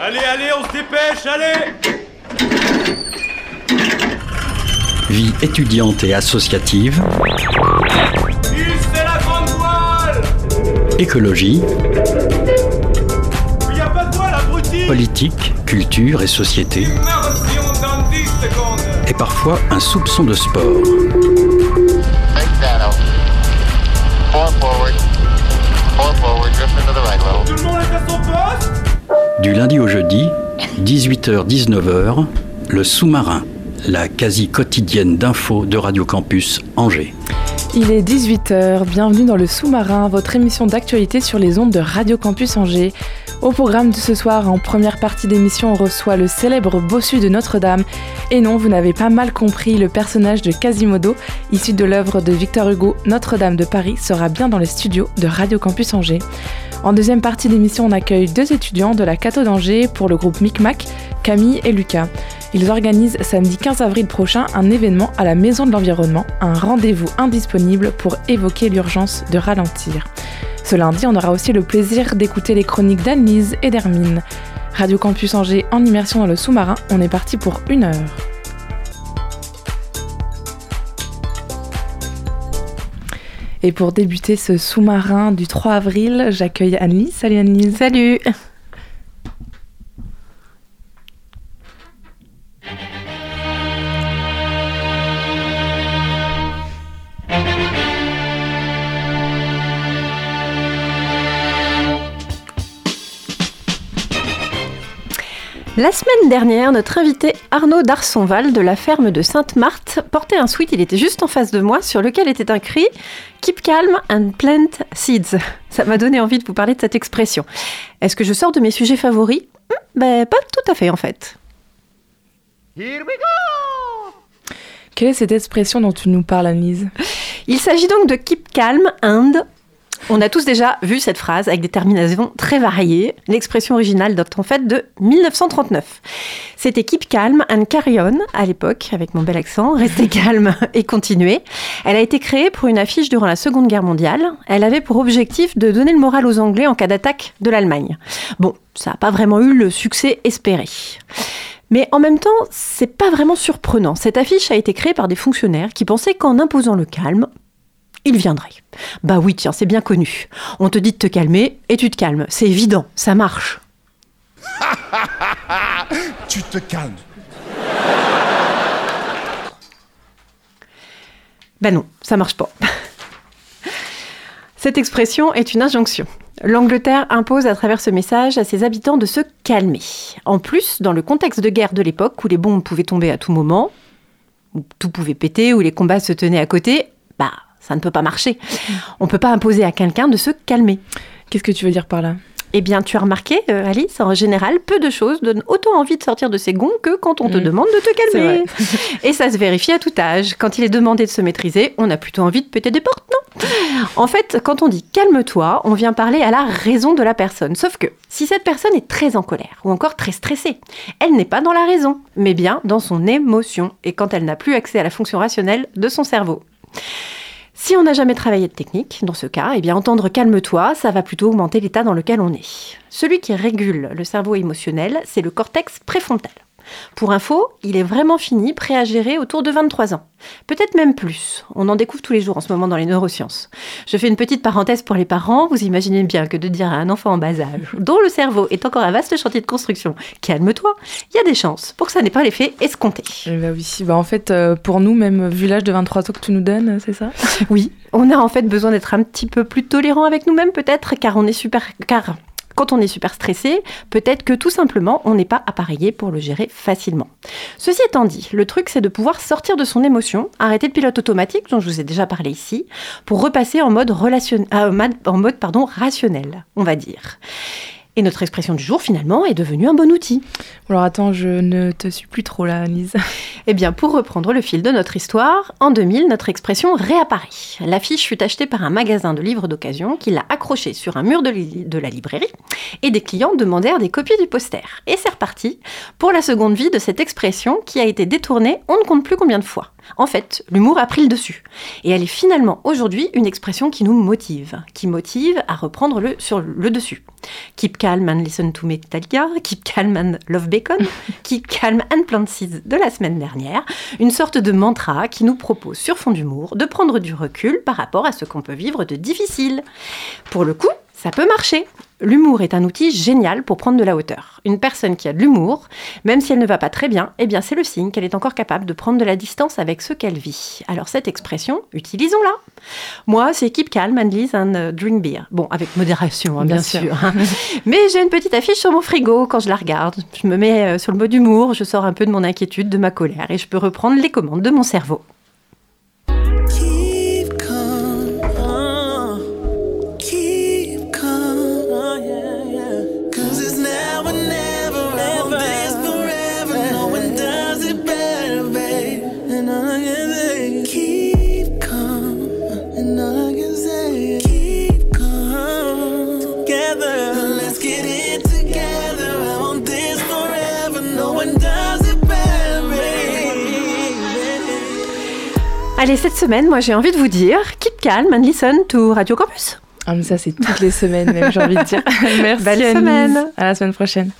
Allez, on se dépêche, allez! Vie étudiante et associative. C'est la grande voile! Écologie. Il n'y a pas de voile, abruti! Politique, culture et société. Immersion dans 10 secondes! Et parfois un soupçon de sport. Tout le monde est à son poste? Du lundi au jeudi, 18h-19h, le sous-marin, la quasi quotidienne d'infos de Radio Campus Angers. Il est 18h, bienvenue dans le sous-marin, votre émission d'actualité sur les ondes de Radio Campus Angers. Au programme de ce soir, en première partie d'émission, on reçoit le célèbre bossu de Notre-Dame. Et non, vous n'avez pas mal compris, le personnage de Quasimodo, issu de l'œuvre de Victor Hugo, Notre-Dame de Paris, sera bien dans les studios de Radio Campus Angers. En deuxième partie d'émission, on accueille deux étudiants de la Cato d'Angers pour le groupe Micmac, Camille et Lucas. Ils organisent samedi 15 avril prochain un événement à la Maison de l'Environnement, un rendez-vous indisponible pour évoquer l'urgence de ralentir. Ce lundi, on aura aussi le plaisir d'écouter les chroniques d'Anne-Lise et d'Hermine. Radio Campus Angers en immersion dans le sous-marin, on est parti pour 1 heure. Et pour débuter ce sous-marin du 3 avril, j'accueille Anne-Lise. Salut Anne-Lise. Salut. La semaine dernière, notre invité Arnaud Darsonval de la ferme de Sainte-Marthe portait un sweat, il était juste en face de moi, sur lequel était écrit « Keep calm and plant seeds ». Ça m'a donné envie de vous parler de cette expression. Est-ce que je sors de mes sujets favoris ? Pas tout à fait en fait. Here we go! Quelle est cette expression dont tu nous parles, Anne-Lise ? Il s'agit donc de « Keep calm and ». On a tous déjà vu cette phrase avec des terminaisons très variées. L'expression originale date en fait de 1939. C'était Keep calm and carry on à l'époque, avec mon bel accent, restez calme et continuez. Elle a été créée pour une affiche durant la Seconde Guerre mondiale. Elle avait pour objectif de donner le moral aux Anglais en cas d'attaque de l'Allemagne. Bon, ça n'a pas vraiment eu le succès espéré. Mais en même temps, c'est pas vraiment surprenant. Cette affiche a été créée par des fonctionnaires qui pensaient qu'en imposant le calme, il viendrait. Bah oui, tiens, c'est bien connu. On te dit de te calmer et tu te calmes. C'est évident, ça marche. Tu te calmes. Bah non, ça marche pas. Cette expression est une injonction. L'Angleterre impose à travers ce message à ses habitants de se calmer. En plus, dans le contexte de guerre de l'époque, où les bombes pouvaient tomber à tout moment, où tout pouvait péter, où les combats se tenaient à côté, bah ça ne peut pas marcher. On ne peut pas imposer à quelqu'un de se calmer. Qu'est-ce que tu veux dire par là ? Eh bien, tu as remarqué, Alice, en général, peu de choses donnent autant envie de sortir de ses gonds que quand on te demande de te calmer. Et ça se vérifie à tout âge. Quand il est demandé de se maîtriser, on a plutôt envie de péter des portes, non ? En fait, quand on dit « calme-toi », on vient parler à la raison de la personne. Sauf que, si cette personne est très en colère ou encore très stressée, elle n'est pas dans la raison, mais bien dans son émotion, et quand elle n'a plus accès à la fonction rationnelle de son cerveau. Si on n'a jamais travaillé de technique, dans ce cas, eh bien entendre « calme-toi », ça va plutôt augmenter l'état dans lequel on est. Celui qui régule le cerveau émotionnel, c'est le cortex préfrontal. Pour info, il est vraiment fini, prêt à gérer autour de 23 ans. Peut-être même plus. On en découvre tous les jours en ce moment dans les neurosciences. Je fais une petite parenthèse pour les parents. Vous imaginez bien que de dire à un enfant en bas âge, dont le cerveau est encore un vaste chantier de construction, « calme-toi », il y a des chances pour que ça n'ait pas l'effet escompté. Oui, en fait, pour nous, même vu l'âge de 23 ans que tu nous donnes, c'est ça ? Oui, on a en fait besoin d'être un petit peu plus tolérant avec nous-mêmes peut-être, car quand on est super stressé, peut-être que tout simplement, on n'est pas appareillé pour le gérer facilement. Ceci étant dit, le truc, c'est de pouvoir sortir de son émotion, arrêter le pilote automatique, dont je vous ai déjà parlé ici, pour repasser en mode rationnel, on va dire. Et notre expression du jour, finalement, est devenue un bon outil. Alors attends, je ne te suis plus trop là, Anne-Lise. Eh bien, pour reprendre le fil de notre histoire, en 2000, notre expression réapparaît. L'affiche fut achetée par un magasin de livres d'occasion qui l'a accrochée sur un mur de la librairie et des clients demandèrent des copies du poster. Et c'est reparti pour la seconde vie de cette expression qui a été détournée on ne compte plus combien de fois. En fait, l'humour a pris le dessus. Et elle est finalement aujourd'hui une expression qui nous motive à reprendre sur le dessus. Keep calm and listen to Metallica, keep calm and love bacon, keep calm and plant seeds de la semaine dernière. Une sorte de mantra qui nous propose sur fond d'humour de prendre du recul par rapport à ce qu'on peut vivre de difficile. Pour le coup, ça peut marcher. L'humour est un outil génial pour prendre de la hauteur. Une personne qui a de l'humour, même si elle ne va pas très bien, eh bien c'est le signe qu'elle est encore capable de prendre de la distance avec ce qu'elle vit. Alors cette expression, utilisons-la. Moi, c'est keep calm and listen and drink beer. Bon, avec modération, bien sûr. Mais j'ai une petite affiche sur mon frigo quand je la regarde. Je me mets sur le mode humour, je sors un peu de mon inquiétude, de ma colère, et je peux reprendre les commandes de mon cerveau. Allez, cette semaine, moi j'ai envie de vous dire, keep calm and listen to Radio Campus. Ah, mais ça c'est toutes les semaines même, j'ai envie de dire. Merci Belle Annelise. semaine. À la semaine prochaine.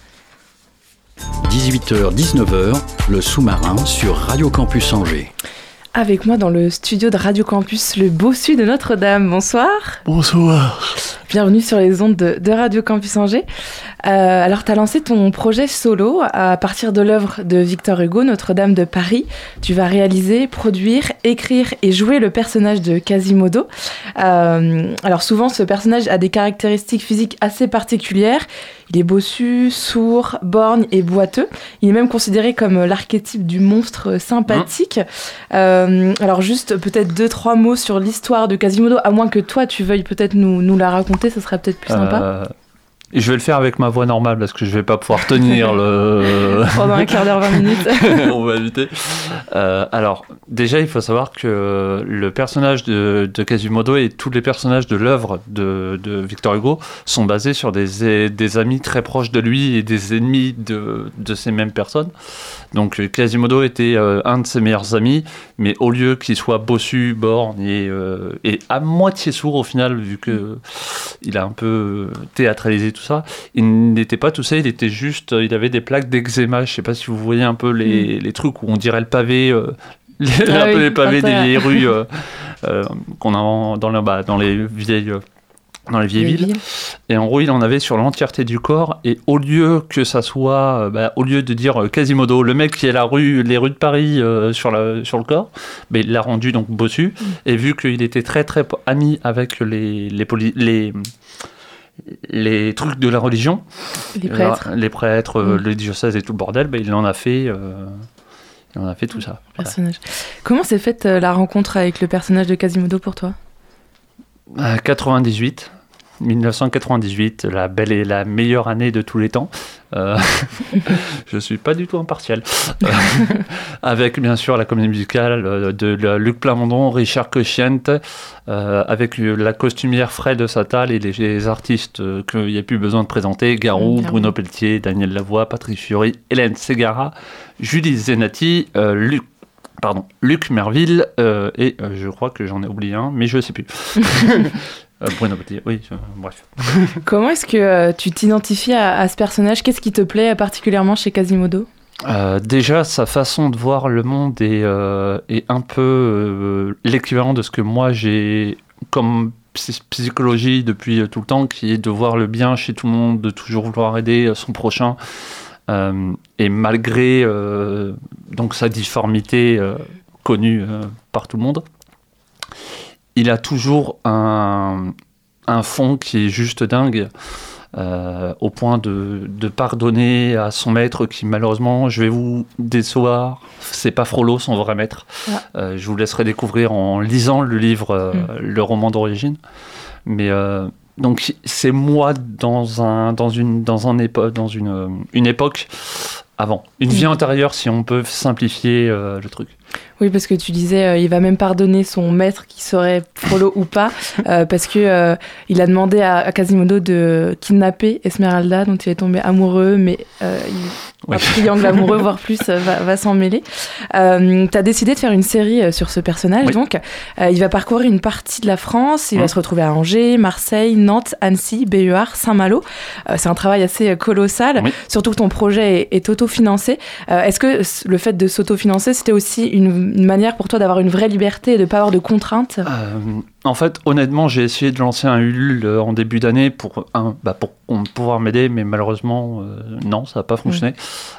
18h, 19h, le sous-marin sur Radio Campus Angers. Avec moi dans le studio de Radio Campus, le bossu de Notre-Dame. Bonsoir. Bonsoir. Bienvenue sur les ondes de Radio Campus Angers. Alors, tu as lancé ton projet solo à partir de l'œuvre de Victor Hugo, Notre-Dame de Paris. Tu vas réaliser, produire, écrire et jouer le personnage de Quasimodo. Alors, souvent, ce personnage a des caractéristiques physiques assez particulières. Il est bossu, sourd, borgne et boiteux. Il est même considéré comme l'archétype du monstre sympathique. Alors, juste peut-être 2-3 mots sur l'histoire de Quasimodo, à moins que toi, tu veuilles peut-être nous la raconter, ça serait peut-être plus sympa. Je vais le faire avec ma voix normale parce que je vais pas pouvoir tenir le... Pendant un quart d'heure, 20 minutes. On va éviter. Alors, déjà, il faut savoir que le personnage de Quasimodo et tous les personnages de l'œuvre de Victor Hugo sont basés sur des amis très proches de lui et des ennemis de ces mêmes personnes. Donc, Quasimodo était un de ses meilleurs amis, mais au lieu qu'il soit bossu, borgne et à moitié sourd au final, vu qu'il a un peu théâtralisé tout ça, il n'était pas tout ça, il avait des plaques d'eczéma. Je sais pas si vous voyez un peu les trucs où on dirait le pavé, les pavés des vieilles rues qu'on a dans les vieilles villes. Et en gros, il en avait sur l'entièreté du corps. Et au lieu que ça soit, au lieu de dire Quasimodo, le mec qui a les rues de Paris sur le corps, il l'a rendu donc bossu. Et vu qu'il était très très ami avec les trucs de la religion, les prêtres, les diocèses et tout le bordel, il en a fait tout ça. Personnage. Voilà. Comment s'est faite la rencontre avec le personnage de Quasimodo pour toi ? 1998, la belle et la meilleure année de tous les temps. Je suis pas du tout impartial. Avec bien sûr la comédie musicale de Luc Plamondon, Richard Cochiente, avec la costumière Fred Satal et les artistes qu'il n'y a plus besoin de présenter, Garou, Bruno Pelletier, Daniel Lavoie, Patrice Fiori, Hélène Ségara, Julie Zenati, Luc Merville et je crois que j'en ai oublié un, mais je ne sais plus. Bruno Pelletier, oui, bref. Comment est-ce que tu t'identifies à ce personnage ? Qu'est-ce qui te plaît particulièrement chez Quasimodo ? Déjà, sa façon de voir le monde est un peu l'équivalent de ce que moi j'ai comme psychologie depuis tout le temps, qui est de voir le bien chez tout le monde, de toujours vouloir aider son prochain. Et malgré donc sa difformité connue par tout le monde, il a toujours un fond qui est juste dingue, au point de pardonner à son maître qui, malheureusement, je vais vous décevoir, c'est pas Frollo, son vrai maître. Ouais. Je vous laisserai découvrir en lisant le livre, le roman d'origine. Mais donc c'est moi dans une époque avant, une vie antérieure, si on peut simplifier le truc. Oui, parce que tu disais, il va même pardonner son maître qui serait Frollo ou pas, parce que il a demandé à Quasimodo de kidnapper Esmeralda, dont il est tombé amoureux, mais un triangle amoureux, voire plus, va s'en mêler. T'as décidé de faire une série sur ce personnage, donc. Il va parcourir une partie de la France, il va se retrouver à Angers, Marseille, Nantes, Annecy, Béhuard, Saint-Malo. C'est un travail assez colossal, surtout que ton projet est autofinancé. Est-ce que le fait de s'autofinancer, c'était aussi une manière pour toi d'avoir une vraie liberté et de ne pas avoir de contraintes? En fait, honnêtement, j'ai essayé de lancer un Ulule en début d'année pour pouvoir m'aider, mais malheureusement, non, ça n'a pas fonctionné.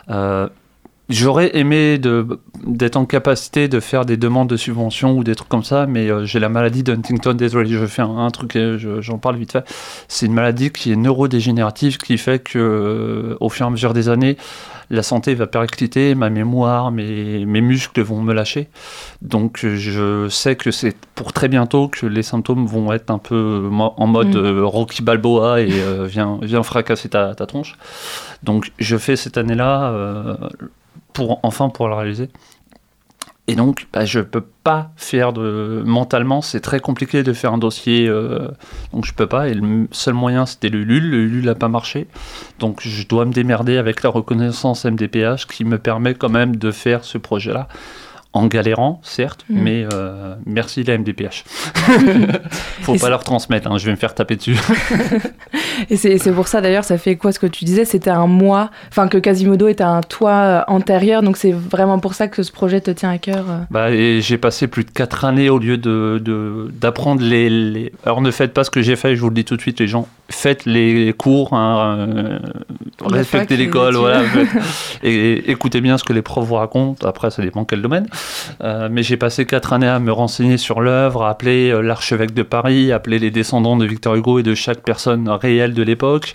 J'aurais aimé d'être en capacité de faire des demandes de subventions ou des trucs comme ça, mais j'ai la maladie d'Huntington. Désolé, je fais un truc, j'en parle vite fait. C'est une maladie qui est neurodégénérative, qui fait que, au fur et à mesure des années, la santé va péricliter, ma mémoire, mes muscles vont me lâcher. Donc je sais que c'est pour très bientôt que les symptômes vont être un peu en mode Rocky Balboa et viens fracasser ta tronche. Donc je fais cette année-là pour la réaliser. Et donc, je peux pas faire mentalement, c'est très compliqué de faire un dossier, donc je peux pas. Et le seul moyen, c'était le Ulule n'a pas marché. Donc, je dois me démerder avec la reconnaissance MDPH qui me permet quand même de faire ce projet-là. En galérant, certes, mais merci la MDPH. Faut pas leur transmettre, je vais me faire taper dessus. Et c'est pour ça d'ailleurs, ça fait quoi ce que tu disais, c'était que Quasimodo était un toit antérieur, donc c'est vraiment pour ça que ce projet te tient à cœur. Et j'ai passé plus de 4 années au lieu d'apprendre les... Alors ne faites pas ce que j'ai fait, je vous le dis tout de suite les gens, faites les cours, respectez l'école, voilà, et écoutez bien ce que les profs vous racontent, après ça dépend quel domaine. Mais j'ai passé 4 années à me renseigner sur l'œuvre, à appeler l'archevêque de Paris, à appeler les descendants de Victor Hugo et de chaque personne réelle de l'époque.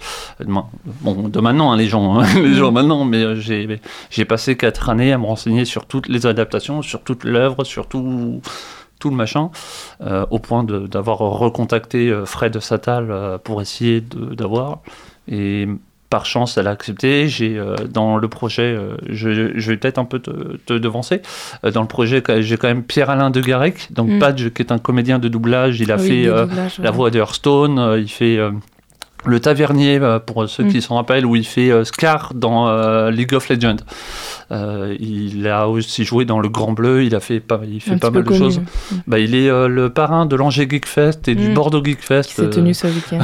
De maintenant, les gens maintenant, mais j'ai passé 4 années à me renseigner sur toutes les adaptations, sur toute l'œuvre, sur tout le machin, au point d'avoir recontacté Fred Sattal pour essayer d'avoir. Et par chance, elle a accepté. J'ai dans le projet, je vais peut-être un peu te devancer. Dans le projet, j'ai quand même Pierre-Alain de Garec, donc Padge, qui est un comédien de doublage. Il a fait la voix de Hearthstone. Il fait le Tavernier, pour ceux qui s'en rappellent, où il fait Scar dans League of Legends. Il a aussi joué dans Le Grand Bleu. Il fait pas mal de choses. Il est le parrain de l'Angers Geek Fest et du Bordeaux Geek Fest. Qui s'est tenu ce week-end.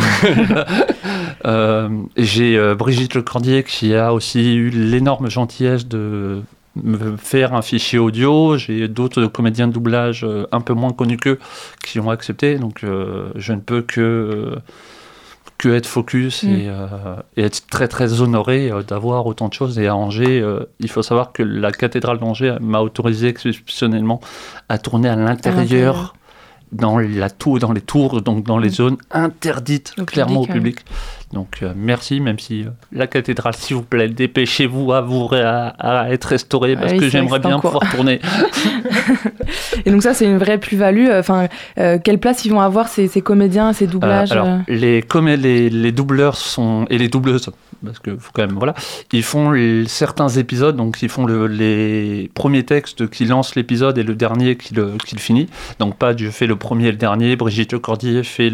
J'ai Brigitte Lecordier qui a aussi eu l'énorme gentillesse de me faire un fichier audio. J'ai d'autres comédiens de doublage un peu moins connus qu'eux qui ont accepté. Donc je ne peux que être focus et être très très honoré d'avoir autant de choses. Et à Angers, il faut savoir que la cathédrale d'Angers m'a autorisé exceptionnellement à tourner à l'intérieur. Dans les tours, donc dans les zones interdites clairement au public. Donc merci, même si la cathédrale, s'il vous plaît, dépêchez-vous à être restaurée parce que j'aimerais bien pouvoir tourner. Et donc ça, c'est une vraie plus-value. Quelle place ils vont avoir ces comédiens, ces doublages les doubleurs et les doubleuses, parce que faut quand même, ils font certains épisodes, donc ils font les premiers textes qui lancent l'épisode et le dernier qui le finit. Donc je fais le premier et le dernier, Brigitte Lecordier fait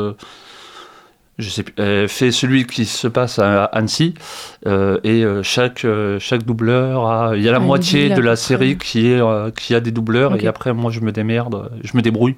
fait celui qui se passe à Annecy, et chaque doubleur il y a la moitié de la série qui a des doubleurs, et après moi je me débrouille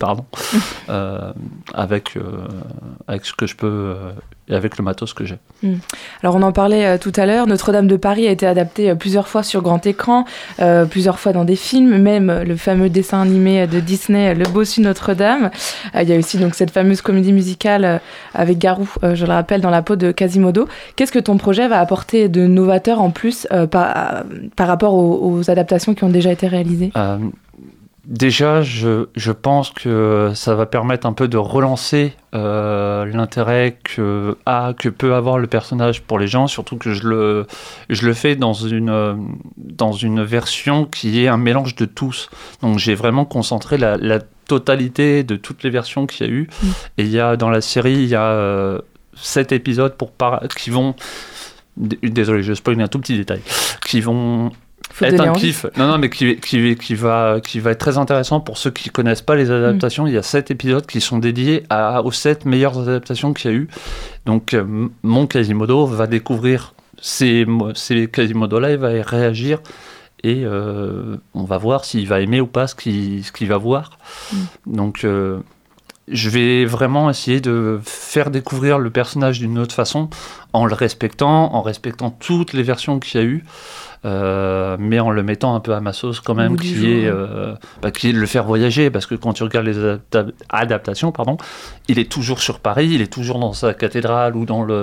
avec ce que je peux et avec le matos que j'ai. Alors on en parlait tout à l'heure, Notre-Dame de Paris a été adaptée plusieurs fois sur grand écran, plusieurs fois dans des films, même le fameux dessin animé de Disney, Le Bossu de Notre-Dame. Il y a aussi donc cette fameuse comédie musicale avec Garou, je le rappelle, dans la peau de Quasimodo. Qu'est-ce que ton projet va apporter de novateur en plus par rapport aux adaptations qui ont déjà été réalisées ? Déjà, je pense que ça va permettre un peu de relancer l'intérêt que peut avoir le personnage pour les gens, surtout que je le fais dans une version qui est un mélange de tous. Donc j'ai vraiment concentré la totalité de toutes les versions qu'il y a eu. Et dans la série, il y a 7 épisodes qui vont... Désolé, je spoil un tout petit détail. Qui vont être un kiff. Non, mais qui va être très intéressant pour ceux qui connaissent pas les adaptations. Il y a 7 épisodes qui sont dédiés aux 7 meilleures adaptations qu'il y a eu. Donc, mon Quasimodo va découvrir ces Quasimodo-là, il va y réagir et on va voir s'il va aimer ou pas ce qu'il va voir. Donc, je vais vraiment essayer de faire découvrir le personnage d'une autre façon, en respectant toutes les versions qu'il y a eu, mais en le mettant un peu à ma sauce quand même, qui est de le faire voyager, parce que quand tu regardes les adaptations, il est toujours sur Paris, il est toujours dans sa cathédrale ou dans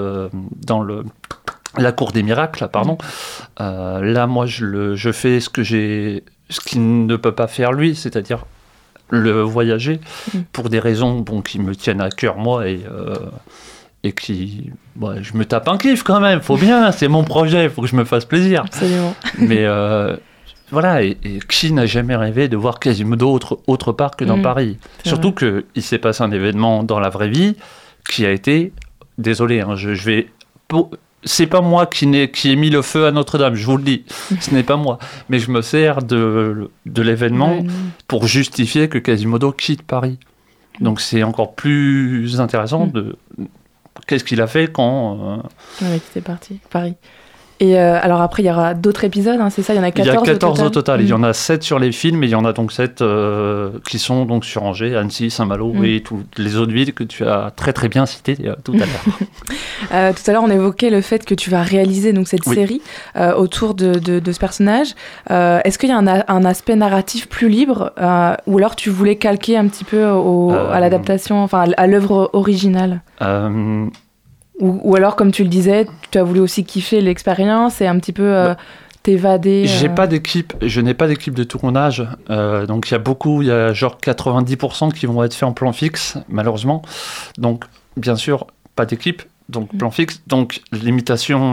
la cour des miracles, là, moi, je fais ce qu'il ne peut pas faire lui, c'est-à-dire le voyager pour des raisons qui me tiennent à cœur, moi, et qui... je me tape un kiff quand même, faut bien, c'est mon projet, faut que je me fasse plaisir. Absolument. Mais voilà, et qui n'a jamais rêvé de voir Quasimodo autre part que dans Paris ? Surtout qu'il s'est passé un événement dans la vraie vie qui a été... Désolé, c'est pas moi qui ai mis le feu à Notre-Dame, je vous le dis. Ce n'est pas moi. Mais je me sers de l'événement pour justifier que Quasimodo quitte Paris. Donc c'est encore plus intéressant de... Qu'est-ce qu'il a fait quand... c'est parti, Paris. Et alors après, il y aura d'autres épisodes, c'est ça ? Il y en a 14 Il y a 14 au total. Il y en a 7 sur les films, et il y en a donc 7 qui sont donc sur Angers, Annecy, Saint-Malo et toutes les autres villes que tu as très très bien citées tout à l'heure. Tout à l'heure, on évoquait le fait que tu vas réaliser donc, cette série autour de ce personnage. Est-ce qu'il y a un aspect narratif plus libre ou alors tu voulais calquer un petit peu à l'adaptation, à l'œuvre originale ou alors, comme tu le disais, tu as voulu aussi kiffer l'expérience et un petit peu t'évader. Je n'ai pas d'équipe de tournage. Donc, il y a genre 90% qui vont être faits en plan fixe, malheureusement. Donc, bien sûr, pas d'équipe, donc plan fixe. Donc, l'imitation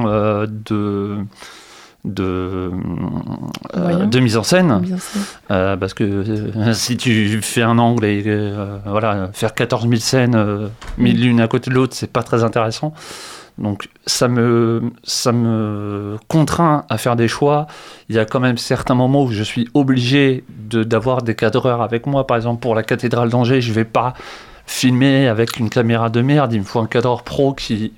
de mise en scène, parce que si tu fais un angle et faire 14 000 scènes mis l'une à côté de l'autre, c'est pas très intéressant. Donc ça me contraint à faire des choix. Il y a quand même certains moments où je suis obligé d'avoir des cadreurs avec moi. Par exemple, pour la cathédrale d'Angers, je vais pas filmer avec une caméra de merde, il me faut un cadreur pro qui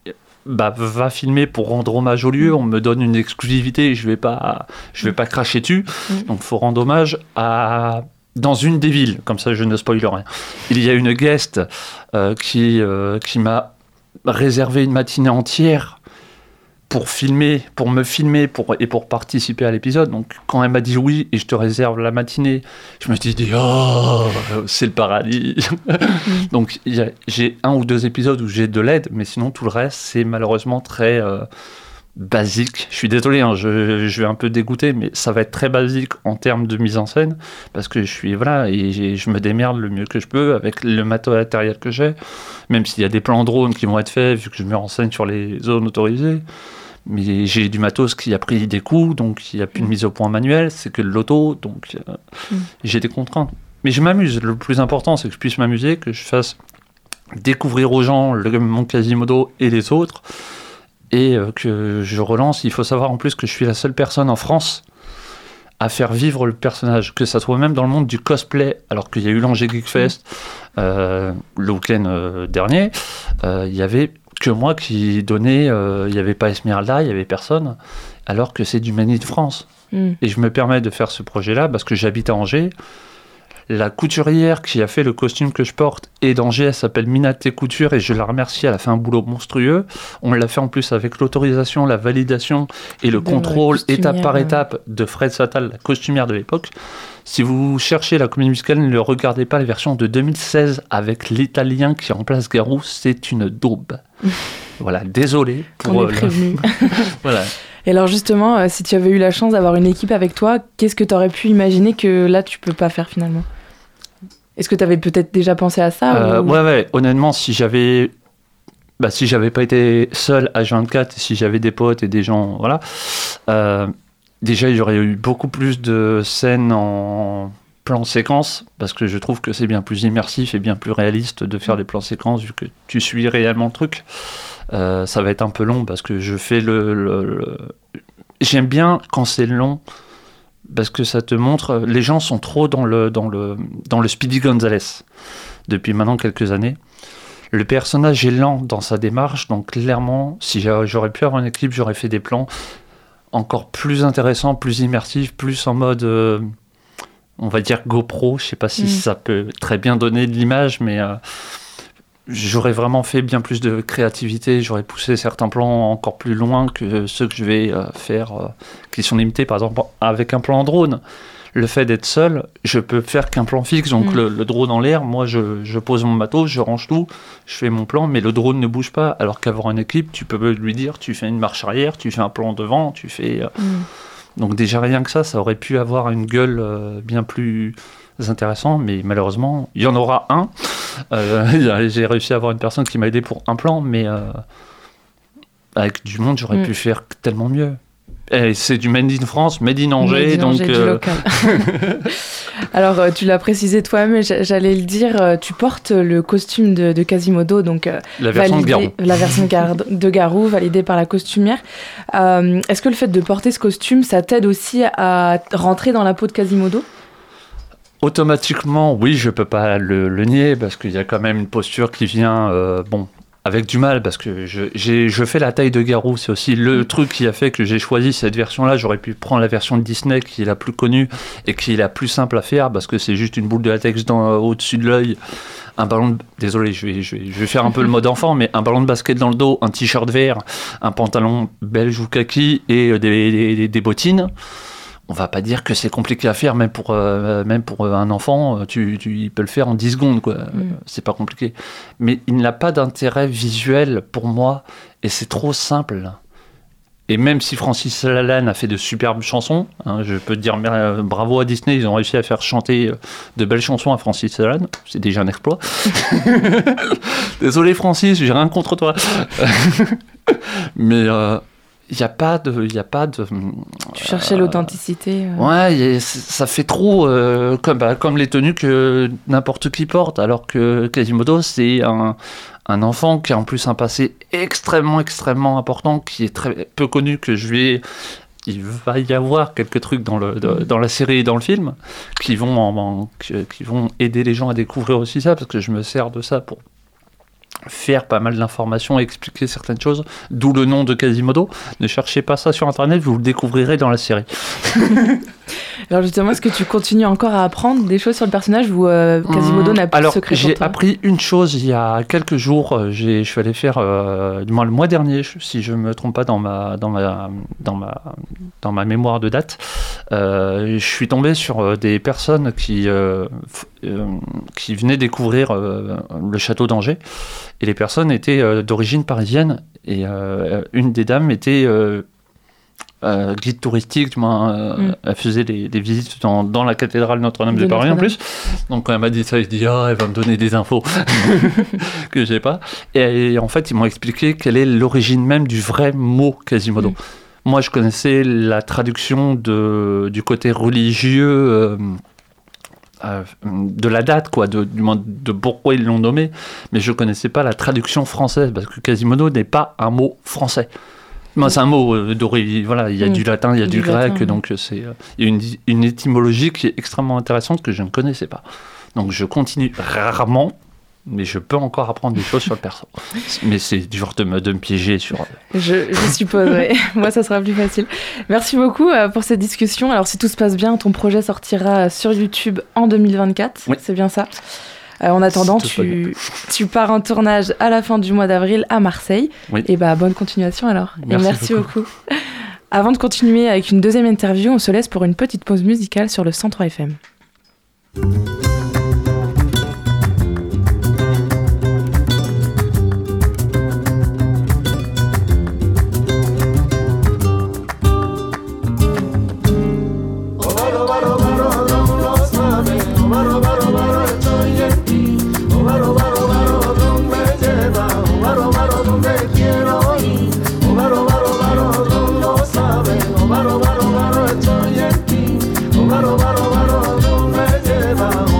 va filmer pour rendre hommage au lieu. On me donne une exclusivité et je vais pas cracher dessus. Donc faut rendre hommage dans une des villes, comme ça je ne spoil rien. Il y a une guest qui m'a réservé une matinée entière pour me filmer et pour participer à l'épisode. Donc quand elle m'a dit oui et je te réserve la matinée, je me suis dit c'est le paradis. Donc j'ai 1 ou 2 épisodes où j'ai de l'aide, mais sinon tout le reste c'est malheureusement très basique. Je suis désolé, je vais un peu dégoûter, mais ça va être très basique en termes de mise en scène, parce que je me démerde le mieux que je peux avec le matériel que j'ai, même s'il y a des plans drone qui vont être faits vu que je me renseigne sur les zones autorisées. Mais j'ai du matos qui a pris des coups, donc il n'y a plus de mise au point manuelle, c'est que de l'auto, donc j'ai des contraintes. Mais je m'amuse, le plus important c'est que je puisse m'amuser, que je fasse découvrir aux gens mon Quasimodo et les autres, et que je relance. Il faut savoir en plus que je suis la seule personne en France à faire vivre le personnage, que ça soit même dans le monde du cosplay, alors qu'il y a eu l'Angers Geek Fest le week-end dernier, il y avait que moi qui donnais, il n'y avait pas Esmeralda, il n'y avait personne, alors que c'est du Mani de France. Et je me permets de faire ce projet-là parce que j'habite à Angers. La couturière qui a fait le costume que je porte est d'Angers, elle s'appelle Minaté Couture et je la remercie, elle a fait un boulot monstrueux. On l'a fait en plus avec l'autorisation, la validation et le contrôle étape par étape de Fred Satal, la costumière de l'époque. Si vous cherchez la comédie musicale, ne regardez pas la version de 2016 avec l'Italien qui remplace Garou, c'est une daube. Voilà, désolé pour prévenu. Voilà. Et alors justement, si tu avais eu la chance d'avoir une équipe avec toi, qu'est-ce que tu aurais pu imaginer que là tu peux pas faire finalement ? Est-ce que tu avais peut-être déjà pensé à ça Ouais, honnêtement, si j'avais pas été seul à H24, si j'avais des potes et des gens, voilà, déjà il y aurait eu beaucoup plus de scènes en plan séquence, parce que je trouve que c'est bien plus immersif et bien plus réaliste de faire des plans séquences vu que tu suis réellement le truc. Ça va être un peu long parce que je fais j'aime bien quand c'est long, parce que ça te montre... Les gens sont trop dans le Speedy Gonzales depuis maintenant quelques années. Le personnage est lent dans sa démarche, donc clairement, si j'aurais pu avoir une équipe, j'aurais fait des plans encore plus intéressants, plus immersifs, plus en mode, on va dire GoPro. Je sais pas si ça peut très bien donner de l'image, mais j'aurais vraiment fait bien plus de créativité. J'aurais poussé certains plans encore plus loin que ceux que je vais faire, qui sont limités, par exemple, avec un plan en drone. Le fait d'être seul, je peux faire qu'un plan fixe, donc le drone en l'air, moi je pose mon matos, je range tout, je fais mon plan, mais le drone ne bouge pas, alors qu'avoir une équipe, tu peux lui dire, tu fais une marche arrière, tu fais un plan devant, tu fais... Donc déjà rien que ça aurait pu avoir une gueule bien plus intéressante, mais malheureusement, il y en aura un. J'ai réussi à avoir une personne qui m'a aidé pour un plan, mais avec du monde, j'aurais pu faire tellement mieux. Et c'est du Made in France, Made in Angers, donc... Du local. Alors, tu l'as précisé toi-même, mais j'allais le dire, tu portes le costume de Quasimodo, donc la version de Garou. La version de Garou, validée par la costumière. Est-ce que le fait de porter ce costume, ça t'aide aussi à rentrer dans la peau de Quasimodo ? Automatiquement, oui, je peux pas le nier, parce qu'il y a quand même une posture qui vient... avec du mal, parce que je fais la taille de Garou, c'est aussi le truc qui a fait que j'ai choisi cette version-là. J'aurais pu prendre la version de Disney qui est la plus connue et qui est la plus simple à faire, parce que c'est juste une boule de latex au-dessus de l'œil, un ballon désolé, je vais faire un peu le mode enfant, mais un ballon de basket dans le dos, un t-shirt vert, un pantalon belge ou kaki et des bottines. On va pas dire que c'est compliqué à faire, même pour un enfant, il peut le faire en 10 secondes, quoi. C'est pas compliqué. Mais il n'a pas d'intérêt visuel pour moi, et c'est trop simple. Et même si Francis Lalanne a fait de superbes chansons, je peux te dire bravo à Disney, ils ont réussi à faire chanter de belles chansons à Francis Lalanne, c'est déjà un exploit. Désolé Francis, j'ai rien contre toi. Mais... Il n'y a pas de... Tu cherchais l'authenticité. Ouais, ça fait trop comme les tenues que n'importe qui porte, alors que Quasimodo, c'est un enfant qui a en plus un passé extrêmement, extrêmement important, qui est très peu connu, il va y avoir quelques trucs dans la série et dans le film qui vont aider les gens à découvrir aussi ça, parce que je me sers de ça pour faire pas mal d'informations et expliquer certaines choses, d'où le nom de Quasimodo. Ne cherchez pas ça sur internet, vous le découvrirez dans la série. Alors justement, est-ce que tu continues encore à apprendre des choses sur le personnage ou Quasimodo n'a plus de secret pour toi ? J'ai appris une chose il y a quelques jours, je suis allé faire, du moins le mois dernier, si je ne me trompe pas dans ma mémoire de date, je suis tombé sur des personnes qui venaient découvrir le château d'Angers, et les personnes étaient d'origine parisienne, et une des dames était guide touristique, elle faisait des visites dans la cathédrale Notre-Dame de Paris en plus. Donc quand elle m'a dit ça, je dis elle va me donner des infos que j'ai pas. Et en fait, ils m'ont expliqué quelle est l'origine même du vrai mot Quasimodo. Moi, je connaissais la traduction du côté religieux de la date, quoi, de pourquoi ils l'ont nommé, mais je connaissais pas la traduction française, parce que Quasimodo n'est pas un mot français. Moi, c'est un mot d'origine, voilà, il y a du latin, il y a du grec, latin, donc il y a une étymologie qui est extrêmement intéressante que je ne connaissais pas. Donc je continue rarement, mais je peux encore apprendre des choses sur le perso. Mais c'est dur de me piéger sur... Je suppose, oui. Moi, ça sera plus facile. Merci beaucoup pour cette discussion. Alors, si tout se passe bien, ton projet sortira sur YouTube en 2024. Oui. C'est bien ça. En attendant, tu pars en tournage à la fin du mois d'avril à Marseille. Oui. Et bonne continuation alors. Merci beaucoup. Avant de continuer avec une deuxième interview, on se laisse pour une petite pause musicale sur le 103 FM. Baro, baro, baro, estoy en ti. Oh, baro, baro, baro, ¿dónde lleva?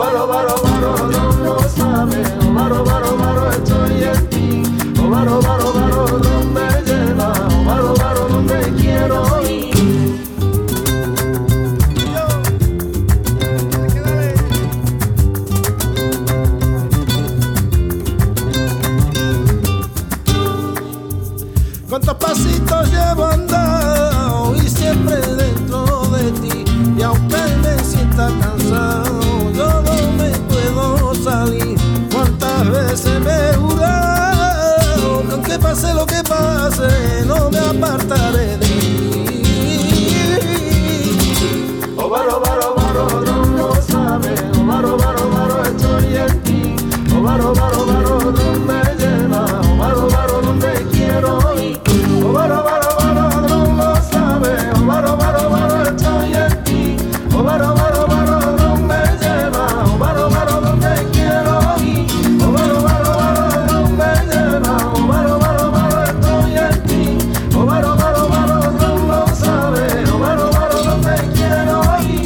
Baro, baro, baro, no lo sabe. Oh, baro, baro, baro, estoy en ti. Oh, baro, baro, baro, ¿dónde me lleva? Oh, baro, baro, ¿dónde quiero ir? Cuántos pasitos llevo andado y siempre dentro de ti. Y aunque me sienta cansado, yo no me puedo salir. Cuántas veces me he jurado que aunque pase lo que pase, no me apartaré de ti. Oh, baro, baro, baro, no lo sabe. Oh, baro, baro, baro, estoy en ti. Oh, baro, baro, baro, ¿dónde me lleva? Oh, baro, baro, ¿dónde quiero ir? Oh, baro, baro, baro, no lo sabe. Oh, baro, baro, baro, estoy en ti. Oh, baro, baro, baro, ¿dónde me lleva? Oh, baro, baro, ¿dónde quiero ir? Oh, baro, baro, baro, ¿dónde me lleva? Oh, baro, baro, baro, estoy en ti. Oh, baro, baro, baro, no lo sabe. Oh, baro, baro, ¿dónde quiero ir?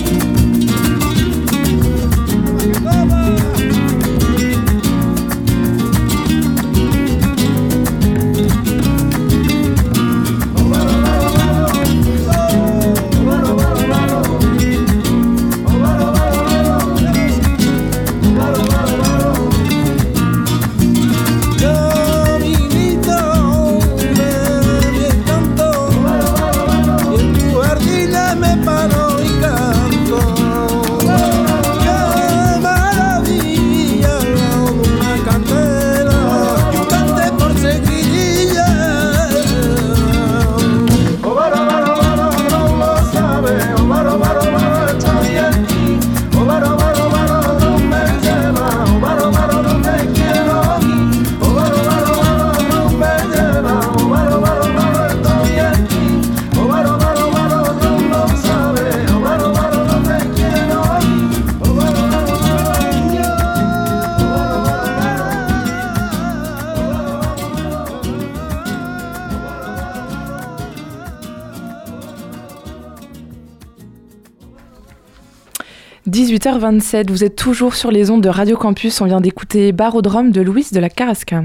« 18h27, vous êtes toujours sur les ondes de Radio Campus. On vient d'écouter Barodrome de Louis de la Carrasca.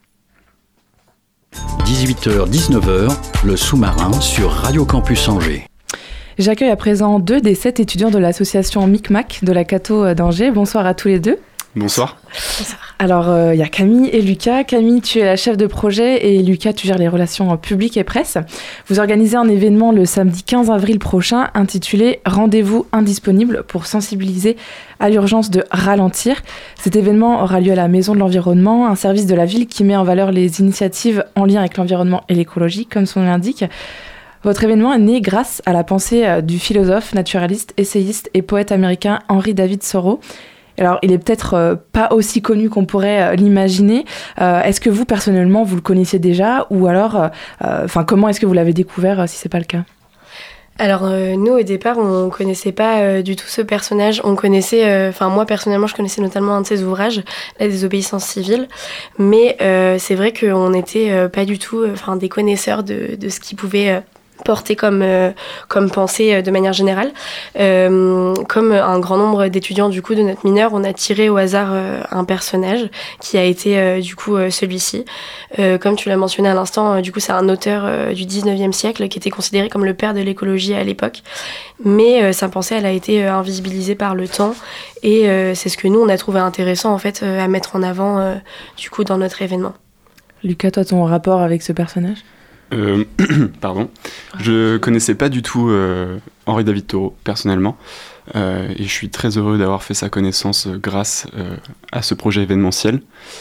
18h-19h, le sous-marin sur Radio Campus Angers. J'accueille à présent 2 des 7 étudiants de l'association Micmac de la Cato d'Angers. Bonsoir à tous les deux. Bonsoir. Alors, il y a Camille et Lucas. Camille, tu es la chef de projet et Lucas, tu gères les relations publiques et presse. Vous organisez un événement le samedi 15 avril prochain intitulé « Rendez-vous indisponible » pour sensibiliser à l'urgence de ralentir. Cet événement aura lieu à la Maison de l'Environnement, un service de la ville qui met en valeur les initiatives en lien avec l'environnement et l'écologie, comme son nom l'indique. Votre événement est né grâce à la pensée du philosophe, naturaliste, essayiste et poète américain Henry David Thoreau. Alors, il est peut-être pas aussi connu qu'on pourrait l'imaginer. Est-ce que vous, personnellement, vous le connaissiez déjà? Ou alors, comment est-ce que vous l'avez découvert, si c'est pas le cas? Alors, nous, au départ, on connaissait pas du tout ce personnage. On connaissait, moi, personnellement, je connaissais notamment un de ses ouvrages, La désobéissance civile. Mais c'est vrai qu'on n'était pas du tout des connaisseurs de ce qu'il pouvait porté comme pensée de manière générale. Comme un grand nombre d'étudiants du coup de notre mineur, on a tiré au hasard un personnage qui a été du coup celui-ci. Comme tu l'as mentionné à l'instant, du coup c'est un auteur du 19e siècle qui était considéré comme le père de l'écologie à l'époque. Mais sa pensée, elle a été invisibilisée par le temps et c'est ce que nous on a trouvé intéressant en fait à mettre en avant du coup dans notre événement. Lucas, toi ton rapport avec ce personnage? Pardon. Je connaissais pas du tout Henry David Thoreau, personnellement. Et je suis très heureux d'avoir fait sa connaissance grâce à ce projet événementiel.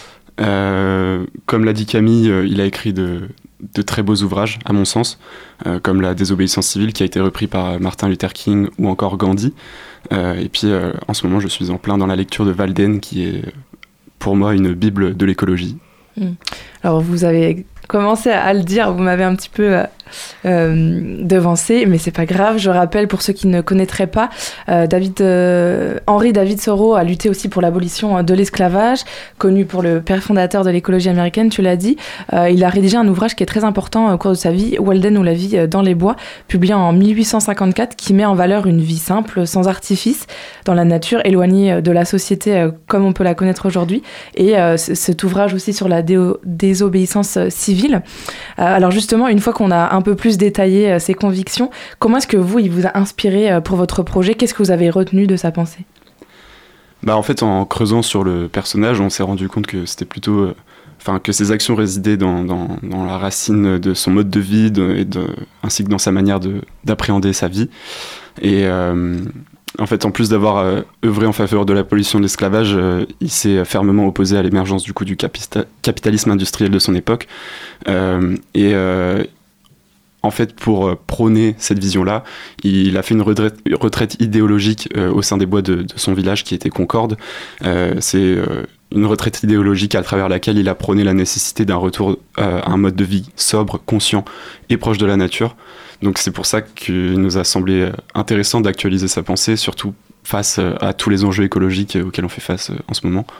Comme l'a dit Camille, il a écrit de très beaux ouvrages, à mon sens, comme La désobéissance civile, qui a été repris par Martin Luther King, ou encore Gandhi. Et puis, en ce moment, je suis en plein dans la lecture de Walden, qui est, pour moi, une bible de l'écologie. Alors, vous avez commencé à le dire, vous m'avez un petit peu devancé, mais c'est pas grave. Je rappelle, pour ceux qui ne connaîtraient pas, Henri David Thoreau a lutté aussi pour l'abolition de l'esclavage, connu pour le père fondateur de l'écologie américaine, tu l'as dit. Il a rédigé un ouvrage qui est très important au cours de sa vie, Walden ou la vie dans les bois, publié en 1854, qui met en valeur une vie simple, sans artifice, dans la nature, éloignée de la société comme on peut la connaître aujourd'hui. Et cet ouvrage aussi sur la désobéissance civile. Alors justement, une fois qu'on a un peu plus détaillé ses convictions, comment est-ce que il vous a inspiré pour votre projet ? Qu'est-ce que vous avez retenu de sa pensée ? En fait, en creusant sur le personnage, on s'est rendu compte que c'était plutôt... que ses actions résidaient dans la racine de son mode de vie ainsi que dans sa manière d'appréhender sa vie. Et en fait, en plus d'avoir œuvré en faveur de l'abolition de l'esclavage, il s'est fermement opposé à l'émergence du capitalisme industriel de son époque. En fait, pour prôner cette vision-là, il a fait une retraite idéologique au sein des bois de son village qui était Concorde. C'est une retraite idéologique à travers laquelle il a prôné la nécessité d'un retour à un mode de vie sobre, conscient et proche de la nature. Donc c'est pour ça qu'il nous a semblé intéressant d'actualiser sa pensée, surtout face à tous les enjeux écologiques auxquels on fait face en ce moment.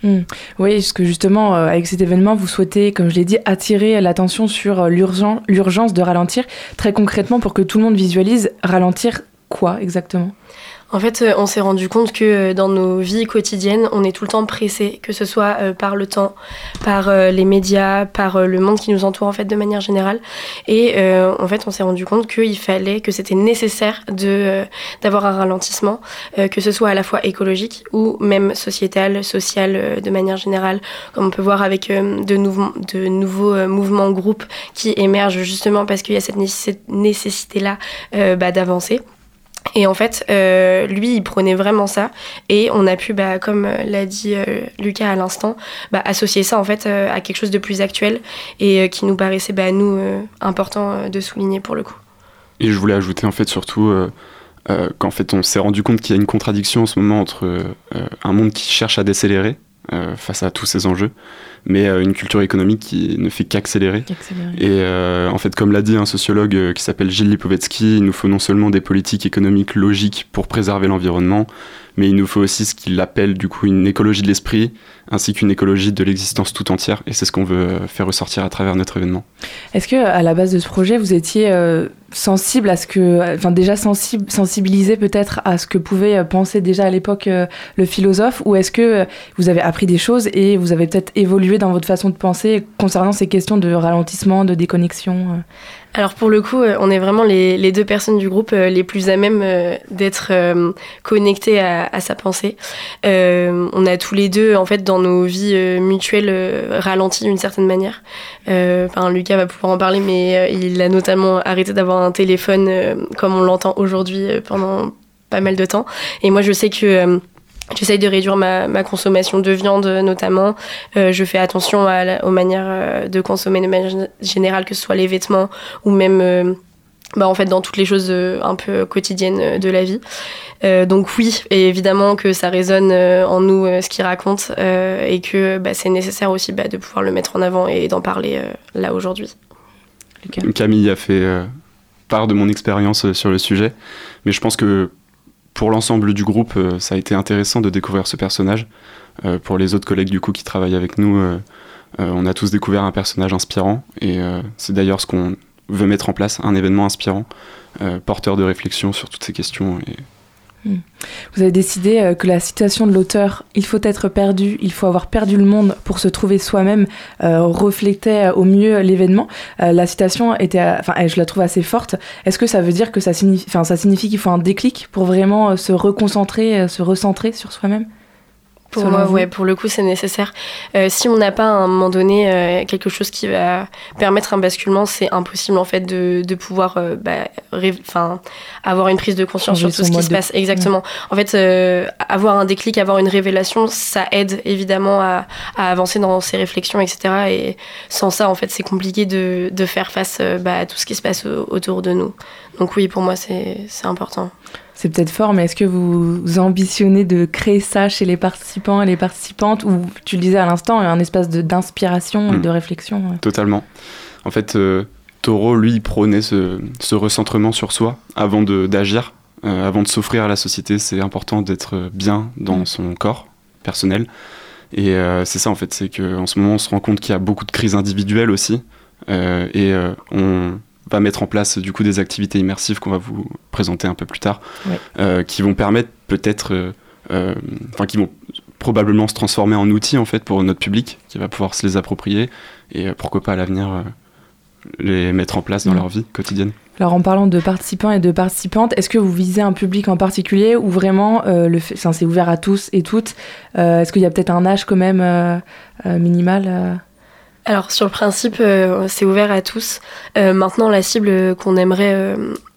Oui, parce que justement, avec cet événement, vous souhaitez, comme je l'ai dit, attirer l'attention sur l'urgence de ralentir. Très concrètement, pour que tout le monde visualise, ralentir quoi exactement ? En fait, on s'est rendu compte que dans nos vies quotidiennes, on est tout le temps pressé, que ce soit par le temps, par les médias, par le monde qui nous entoure en fait de manière générale. Et en fait, on s'est rendu compte que c'était nécessaire d'avoir un ralentissement, que ce soit à la fois écologique ou même sociétal, social de manière générale, comme on peut voir avec de nouveaux mouvements, groupes qui émergent justement parce qu'il y a cette nécessité-là d'avancer. Et en fait, lui, il prenait vraiment ça. Et on a pu, comme l'a dit Lucas à l'instant, associer ça en fait à quelque chose de plus actuel et qui nous paraissait, nous, important de souligner pour le coup. Et je voulais ajouter en fait surtout qu'en fait on s'est rendu compte qu'il y a une contradiction en ce moment entre un monde qui cherche à décélérer face à tous ces enjeux, mais une culture économique qui ne fait qu'accélérer. Et en fait, comme l'a dit un sociologue qui s'appelle Gilles Lipovetsky, il nous faut non seulement des politiques économiques logiques pour préserver l'environnement, mais il nous faut aussi ce qu'il appelle du coup une écologie de l'esprit, ainsi qu'une écologie de l'existence tout entière. Et c'est ce qu'on veut faire ressortir à travers notre événement. Est-ce qu'à la base de ce projet, vous étiez sensible à ce que... Enfin, déjà sensibilisé peut-être à ce que pouvait penser déjà à l'époque le philosophe, ou est-ce que vous avez appris des choses et vous avez peut-être évolué dans votre façon de penser concernant ces questions de ralentissement, de déconnexion Alors pour le coup, on est vraiment les deux personnes du groupe les plus à même d'être connectées à sa pensée. On a tous les deux, en fait, dans nos vies mutuelles, ralenti d'une certaine manière. Lucas va pouvoir en parler, mais il a notamment arrêté d'avoir un téléphone comme on l'entend aujourd'hui pendant pas mal de temps. Et moi, je sais que... j'essaye de réduire ma consommation de viande notamment. Je fais attention aux manières de consommer de manière générale, que ce soit les vêtements ou même en fait dans toutes les choses un peu quotidiennes de la vie. Donc oui, et évidemment que ça résonne en nous ce qu'il raconte et que c'est nécessaire aussi de pouvoir le mettre en avant et d'en parler là aujourd'hui. Camille a fait part de mon expérience sur le sujet, mais je pense que pour l'ensemble du groupe, ça a été intéressant de découvrir ce personnage. Pour les autres collègues du coup qui travaillent avec nous, on a tous découvert un personnage inspirant et c'est d'ailleurs ce qu'on veut mettre en place, un événement inspirant, porteur de réflexion sur toutes ces questions. Vous avez décidé que la citation de l'auteur « Il faut être perdu, il faut avoir perdu le monde pour se trouver soi-même » reflétait au mieux l'événement. La citation était, je la trouve assez forte. Est-ce que ça veut dire que ça signifie qu'il faut un déclic pour vraiment se reconcentrer, se recentrer sur soi-même ? Pour moi, ouais, pour le coup, c'est nécessaire. Si on n'a pas à un moment donné quelque chose qui va permettre un basculement, c'est impossible en fait de pouvoir avoir une prise de conscience sur tout ce qui se passe. Exactement. En fait, avoir un déclic, avoir une révélation, ça aide évidemment à avancer dans ses réflexions, etc. Et sans ça, en fait, c'est compliqué de faire face à tout ce qui se passe autour de nous. Donc oui, pour moi, c'est important. C'est peut-être fort, mais est-ce que vous ambitionnez de créer ça chez les participants et les participantes, ou tu le disais à l'instant, un espace d'inspiration et de réflexion? Totalement. En fait, Taureau, lui, il prônait ce recentrement sur soi avant d'agir, avant de s'offrir à la société. C'est important d'être bien dans son corps personnel. Et c'est ça, en fait, c'est qu'en ce moment, on se rend compte qu'il y a beaucoup de crises individuelles aussi. On va mettre en place du coup des activités immersives qu'on va vous présenter un peu plus tard, qui vont permettre peut-être, qui vont probablement se transformer en outils en fait pour notre public qui va pouvoir se les approprier et pourquoi pas à l'avenir les mettre en place dans leur vie quotidienne. Alors en parlant de participants et de participantes, est-ce que vous visez un public en particulier ou vraiment c'est ouvert à tous et toutes? Est-ce qu'il y a peut-être un âge quand même minimal Alors sur le principe, c'est ouvert à tous. Maintenant, la cible qu'on aimerait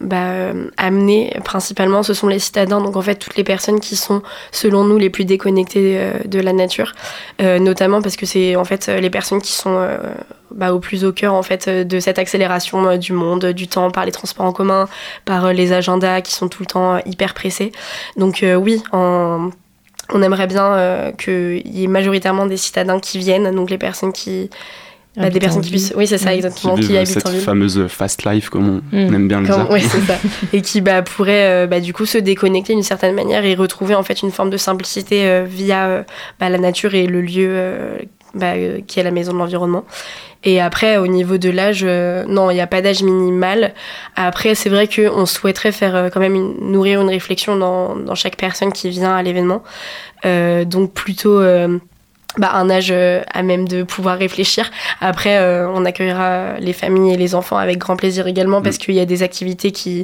amener principalement, ce sont les citadins. Donc en fait, toutes les personnes qui sont, selon nous, les plus déconnectées de la nature, notamment parce que c'est en fait les personnes qui sont au plus au cœur en fait de cette accélération du monde, du temps, par les transports en commun, par les agendas qui sont tout le temps hyper pressés. Donc oui, on aimerait bien qu'il y ait majoritairement des citadins qui viennent, donc les personnes qui... des personnes qui puissent... Oui, c'est ça, exactement, qui habitent cette en ville. fameuse fast life, comme on aime bien le dire. Oui, c'est ça. Et qui pourraient du coup se déconnecter d'une certaine manière et retrouver en fait une forme de simplicité via la nature et le lieu qui est la maison de l'environnement. Et après, au niveau de l'âge, non, il n'y a pas d'âge minimal. Après, c'est vrai qu'on souhaiterait faire quand même nourrir une réflexion dans chaque personne qui vient à l'événement. Donc plutôt un âge à même de pouvoir réfléchir. Après, on accueillera les familles et les enfants avec grand plaisir également parce qu'il y a des activités qui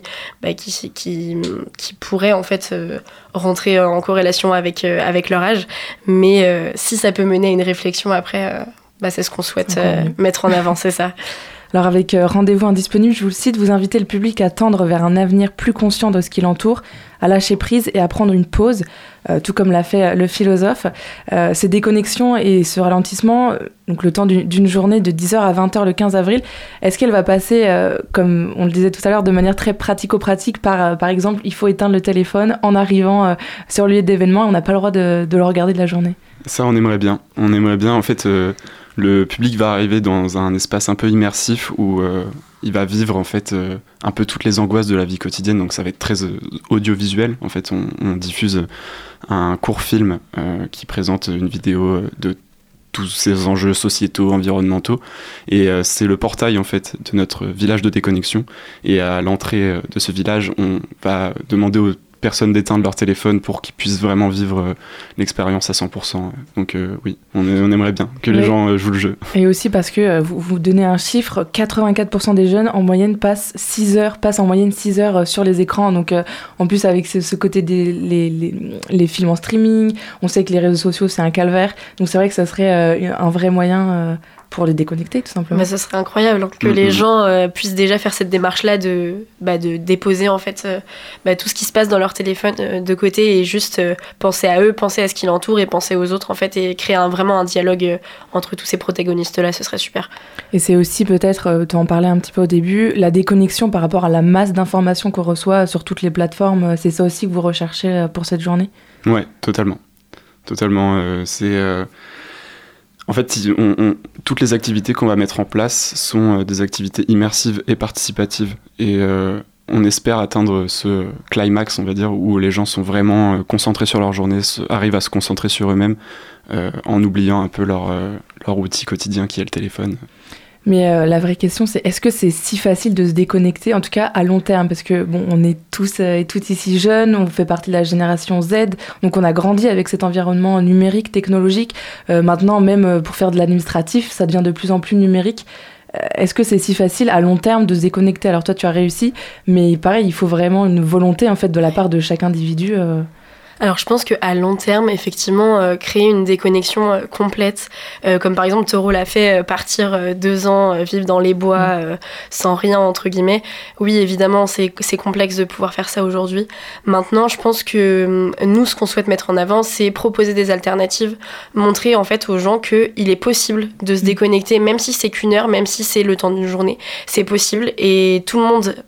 pourraient en fait rentrer en corrélation avec leur âge. Mais si ça peut mener à une réflexion après... c'est ce qu'on souhaite mettre en avant, c'est ça. Alors avec Rendez-vous indisponible, je vous le cite, vous invitez le public à tendre vers un avenir plus conscient de ce qui l'entoure, à lâcher prise et à prendre une pause, tout comme l'a fait le philosophe. Ces déconnexions et ce ralentissement, donc le temps d'une journée de 10h à 20h le 15 avril, est-ce qu'elle va passer, comme on le disait tout à l'heure, de manière très pratico-pratique par exemple, il faut éteindre le téléphone en arrivant sur le lieu d'événement et on n'a pas le droit de le regarder de la journée? Ça, on aimerait bien. On aimerait bien, en fait, le public va arriver dans un espace un peu immersif où il va vivre, en fait, un peu toutes les angoisses de la vie quotidienne. Donc, ça va être très audiovisuel. En fait, on diffuse un court film qui présente une vidéo de tous ces enjeux sociétaux, environnementaux. Et c'est le portail, en fait, de notre village de déconnexion. Et à l'entrée de ce village, on va demander aux personnes d'éteindre leur téléphone pour qu'ils puissent vraiment vivre l'expérience à 100%. Donc oui, on aimerait bien que les gens jouent le jeu. Et aussi parce que vous donnez un chiffre, 84% des jeunes en moyenne passent en moyenne 6 heures sur les écrans. Donc en plus avec ce côté les films en streaming, on sait que les réseaux sociaux c'est un calvaire. Donc c'est vrai que ça serait un vrai moyen pour les déconnecter tout simplement. Ça serait incroyable que les gens puissent déjà faire cette démarche-là de déposer en fait tout ce qui se passe dans leur téléphone de côté et juste penser à eux, penser à ce qui l'entoure et penser aux autres en fait et créer vraiment un dialogue entre tous ces protagonistes-là, ce serait super. Et c'est aussi peut-être, tu en parlais un petit peu au début, la déconnexion par rapport à la masse d'informations qu'on reçoit sur toutes les plateformes, c'est ça aussi que vous recherchez pour cette journée? Ouais, totalement. En fait, toutes les activités qu'on va mettre en place sont des activités immersives et participatives. Et on espère atteindre ce climax, on va dire, où les gens sont vraiment concentrés sur leur journée, arrivent à se concentrer sur eux-mêmes, en oubliant un peu leur outil quotidien qui est le téléphone. Mais la vraie question, c'est est-ce que c'est si facile de se déconnecter, en tout cas à long terme? Parce que on est tous et toutes ici jeunes, on fait partie de la génération Z, donc on a grandi avec cet environnement numérique, technologique. Maintenant, même pour faire de l'administratif, ça devient de plus en plus numérique. Est-ce que c'est si facile à long terme de se déconnecter? Alors toi, tu as réussi, mais pareil, il faut vraiment une volonté en fait de la part de chaque individu. Alors je pense qu'à long terme, effectivement, créer une déconnexion complète, comme par exemple Taureau l'a fait, partir 2 ans, vivre dans les bois, sans rien, entre guillemets. Oui, évidemment, c'est complexe de pouvoir faire ça aujourd'hui. Maintenant, je pense que nous, ce qu'on souhaite mettre en avant, c'est proposer des alternatives, montrer en fait aux gens qu'il est possible de se déconnecter, même si c'est qu'1 heure, même si c'est le temps d'une journée. C'est possible et tout le monde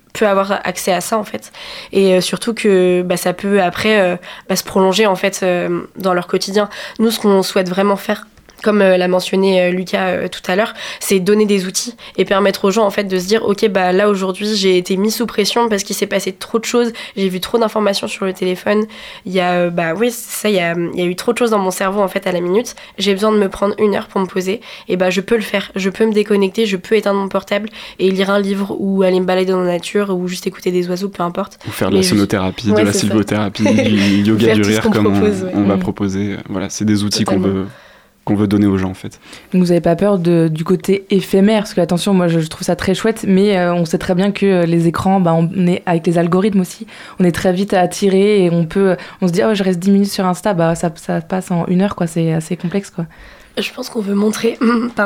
peut avoir accès à ça en fait, et surtout que ça peut après se prolonger en fait dans leur quotidien. Nous, ce qu'on souhaite vraiment faire, comme l'a mentionné Lucas tout à l'heure, c'est donner des outils et permettre aux gens en fait de se dire ok, là aujourd'hui j'ai été mis sous pression parce qu'il s'est passé trop de choses, j'ai vu trop d'informations sur le téléphone, il y a il y a eu trop de choses dans mon cerveau en fait à la minute, j'ai besoin de me prendre 1 heure pour me poser, et je peux le faire, je peux me déconnecter, je peux éteindre mon portable et lire un livre ou aller me balader dans la nature ou juste écouter des oiseaux, peu importe, ou faire de la sonothérapie, de la sylvothérapie, du yoga du rire comme on va proposer. Voilà, c'est des outils qu'on veut donner aux gens en fait. Donc vous n'avez pas peur du côté éphémère, parce que attention, moi je trouve ça très chouette, mais on sait très bien que les écrans, on est avec les algorithmes aussi, on est très vite attiré et on se dit je reste 10 minutes sur Insta, ça passe en 1 heure quoi, c'est assez complexe quoi. Je pense qu'on veut montrer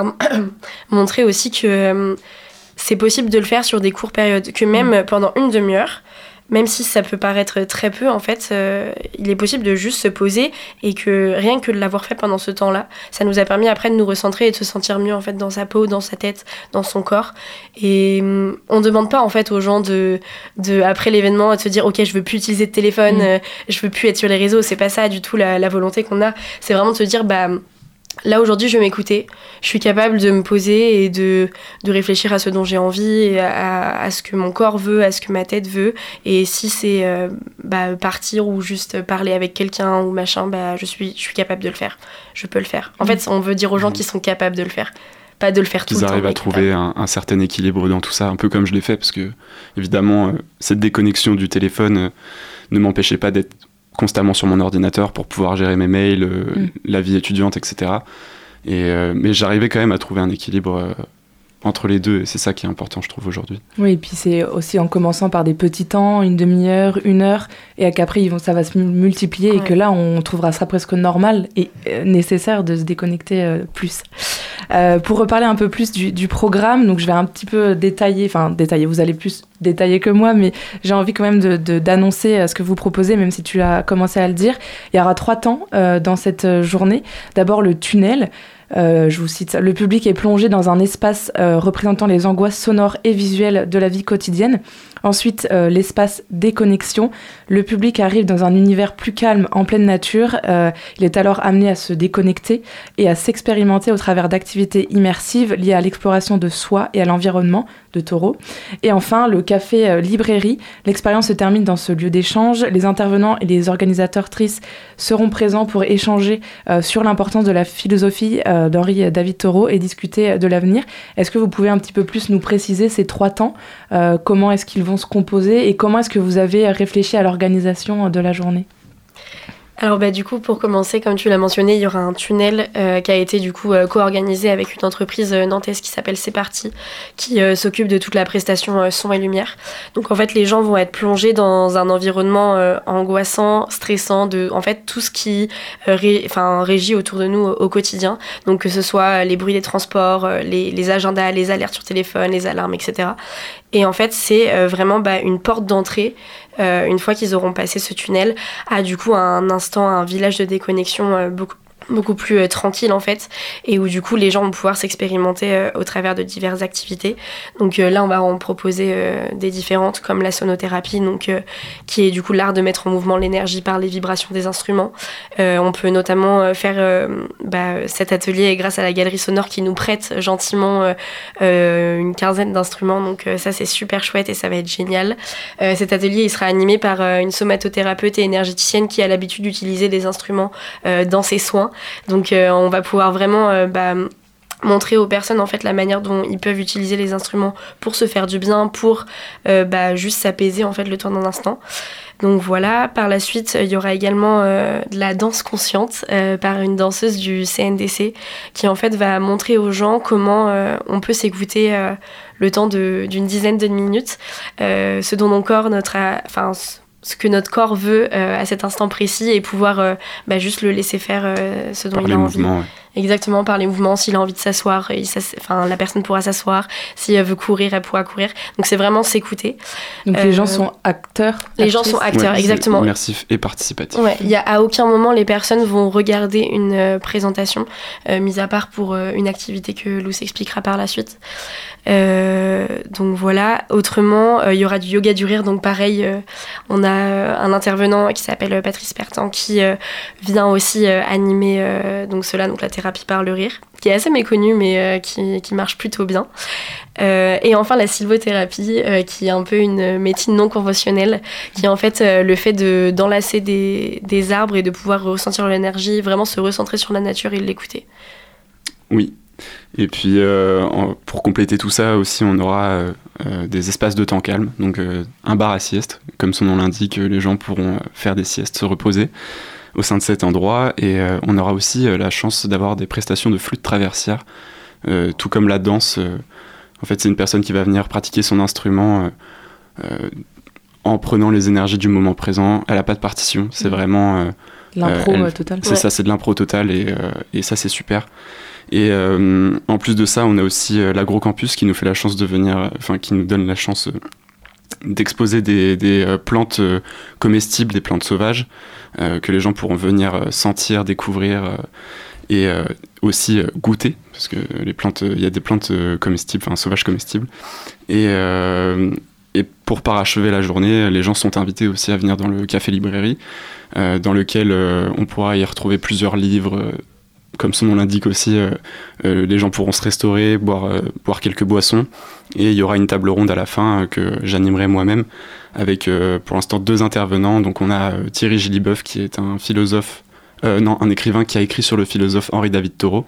aussi que c'est possible de le faire sur des courtes périodes, que même pendant 1 demi-heure, même si ça peut paraître très peu, en fait, il est possible de juste se poser, et que rien que de l'avoir fait pendant ce temps-là, ça nous a permis après de nous recentrer et de se sentir mieux en fait dans sa peau, dans sa tête, dans son corps. Et on demande pas en fait aux gens de après l'événement de se dire ok, je veux plus utiliser de téléphone, je veux plus être sur les réseaux. C'est pas ça du tout la volonté qu'on a. C'est vraiment de se dire là aujourd'hui je vais m'écouter, je suis capable de me poser et de réfléchir à ce dont j'ai envie, à ce que mon corps veut, à ce que ma tête veut, et si c'est partir ou juste parler avec quelqu'un ou machin, je suis capable de le faire, je peux le faire. En fait, on veut dire aux gens qu'ils sont capables de le faire, pas de le faire tout le temps. Ils arrivent à trouver un certain équilibre dans tout ça, un peu comme je l'ai fait, parce que évidemment cette déconnexion du téléphone ne m'empêchait pas d'être constamment sur mon ordinateur pour pouvoir gérer mes mails, la vie étudiante, etc. Mais j'arrivais quand même à trouver un équilibre entre les deux, et c'est ça qui est important, je trouve, aujourd'hui. Oui, et puis c'est aussi en commençant par des petits temps, 1 demi-heure, 1 heure, et qu'après ça va se multiplier, et que là on trouvera ça presque normal et nécessaire de se déconnecter plus. Pour reparler un peu plus du programme, donc je vais un petit peu détailler, vous allez plus détailler que moi, mais j'ai envie quand même d'annoncer ce que vous proposez, même si tu as commencé à le dire. Il y aura 3 temps dans cette journée. D'abord le tunnel. Je vous cite, le public est plongé dans un espace représentant les angoisses sonores et visuelles de la vie quotidienne. Ensuite, l'espace déconnexion. Le public arrive dans un univers plus calme, en pleine nature. Il est alors amené à se déconnecter et à s'expérimenter au travers d'activités immersives liées à l'exploration de soi et à l'environnement de Taureau. Et enfin, le café librairie. L'expérience se termine dans ce lieu d'échange. Les intervenants et les organisatrices seront présents pour échanger sur l'importance de la philosophie d'Henri David Thoreau et discuter de l'avenir. Est-ce que vous pouvez un petit peu plus nous préciser ces 3 temps ? Comment est-ce qu'ils vont se composer et comment est-ce que vous avez réfléchi à l'organisation de la journée ? Alors du coup, pour commencer, comme tu l'as mentionné, il y aura un tunnel qui a été du coup co-organisé avec une entreprise nantaise qui s'appelle C'est Parti, qui s'occupe de toute la prestation son et lumière. Donc en fait, les gens vont être plongés dans un environnement angoissant, stressant, de en fait tout ce qui régit autour de nous au quotidien. Donc que ce soit les bruits des transports, les agendas, les alertes sur téléphone, les alarmes, etc. Et en fait, c'est vraiment une porte d'entrée, une fois qu'ils auront passé ce tunnel, à du coup un village de déconnexion beaucoup plus tranquille en fait, et où du coup les gens vont pouvoir s'expérimenter au travers de diverses activités. Donc là on va en proposer des différentes, comme la sonothérapie, donc qui est du coup l'art de mettre en mouvement l'énergie par les vibrations des instruments. On peut notamment faire cet atelier grâce à la galerie sonore qui nous prête gentiment une 15aine d'instruments, donc ça c'est super chouette et ça va être génial. Cet atelier il sera animé par une somatothérapeute et énergéticienne qui a l'habitude d'utiliser des instruments dans ses soins. Donc on va pouvoir vraiment montrer aux personnes en fait la manière dont ils peuvent utiliser les instruments pour se faire du bien, pour juste s'apaiser en fait le temps d'un instant. Donc voilà, par la suite il y aura également de la danse consciente par une danseuse du CNDC qui en fait va montrer aux gens comment on peut s'écouter le temps d'une dizaine de minutes, ce dont ce que notre corps veut à cet instant précis, et pouvoir juste le laisser faire ce dont il a envie. Exactement, par les mouvements. S'il a envie de s'asseoir, la personne pourra s'asseoir. Si elle veut courir, elle pourra courir. Donc c'est vraiment s'écouter. Donc les gens sont acteurs. Les gens sont acteurs, exactement. C'est immersif et participatif. Ouais, à aucun moment les personnes vont regarder une présentation, mis à part pour une activité que Lou s'expliquera par la suite. Donc voilà. Autrement, il y aura du yoga du rire. Donc pareil, on a un intervenant qui s'appelle Patrice Pertan qui vient aussi animer donc la thérapie par le rire, qui est assez méconnue mais qui marche plutôt bien. Et enfin la sylvothérapie, qui est un peu une médecine non conventionnelle, qui est en fait le fait d'enlacer des arbres et de pouvoir ressentir l'énergie, vraiment se recentrer sur la nature et l'écouter. Oui. Et puis pour compléter tout ça aussi, on aura des espaces de temps calme, donc un bar à sieste, comme son nom l'indique, les gens pourront faire des siestes, se reposer au sein de cet endroit. Et on aura aussi la chance d'avoir des prestations de flûte traversière, tout comme la danse. En fait, c'est une personne qui va venir pratiquer son instrument en prenant les énergies du moment présent. Elle n'a pas de partition, c'est vraiment... l'impro totale. C'est ça, c'est de l'impro totale et ça, c'est super. Et en plus de ça, on a aussi l'Agrocampus qui nous fait la chance de venir, qui nous donne la chance d'exposer des plantes comestibles, des plantes sauvages, que les gens pourront venir sentir, découvrir et aussi goûter, parce que il y a des plantes comestibles, sauvages comestibles. Et pour parachever la journée, les gens sont invités aussi à venir dans le café-librairie, dans lequel on pourra y retrouver plusieurs livres. Comme son nom l'indique aussi, les gens pourront se restaurer, boire quelques boissons. Et il y aura une table ronde à la fin que j'animerai moi-même avec pour l'instant 2 intervenants. Donc on a Thierry Gilliboeuf qui est un écrivain qui a écrit sur le philosophe Henri-David Thoreau,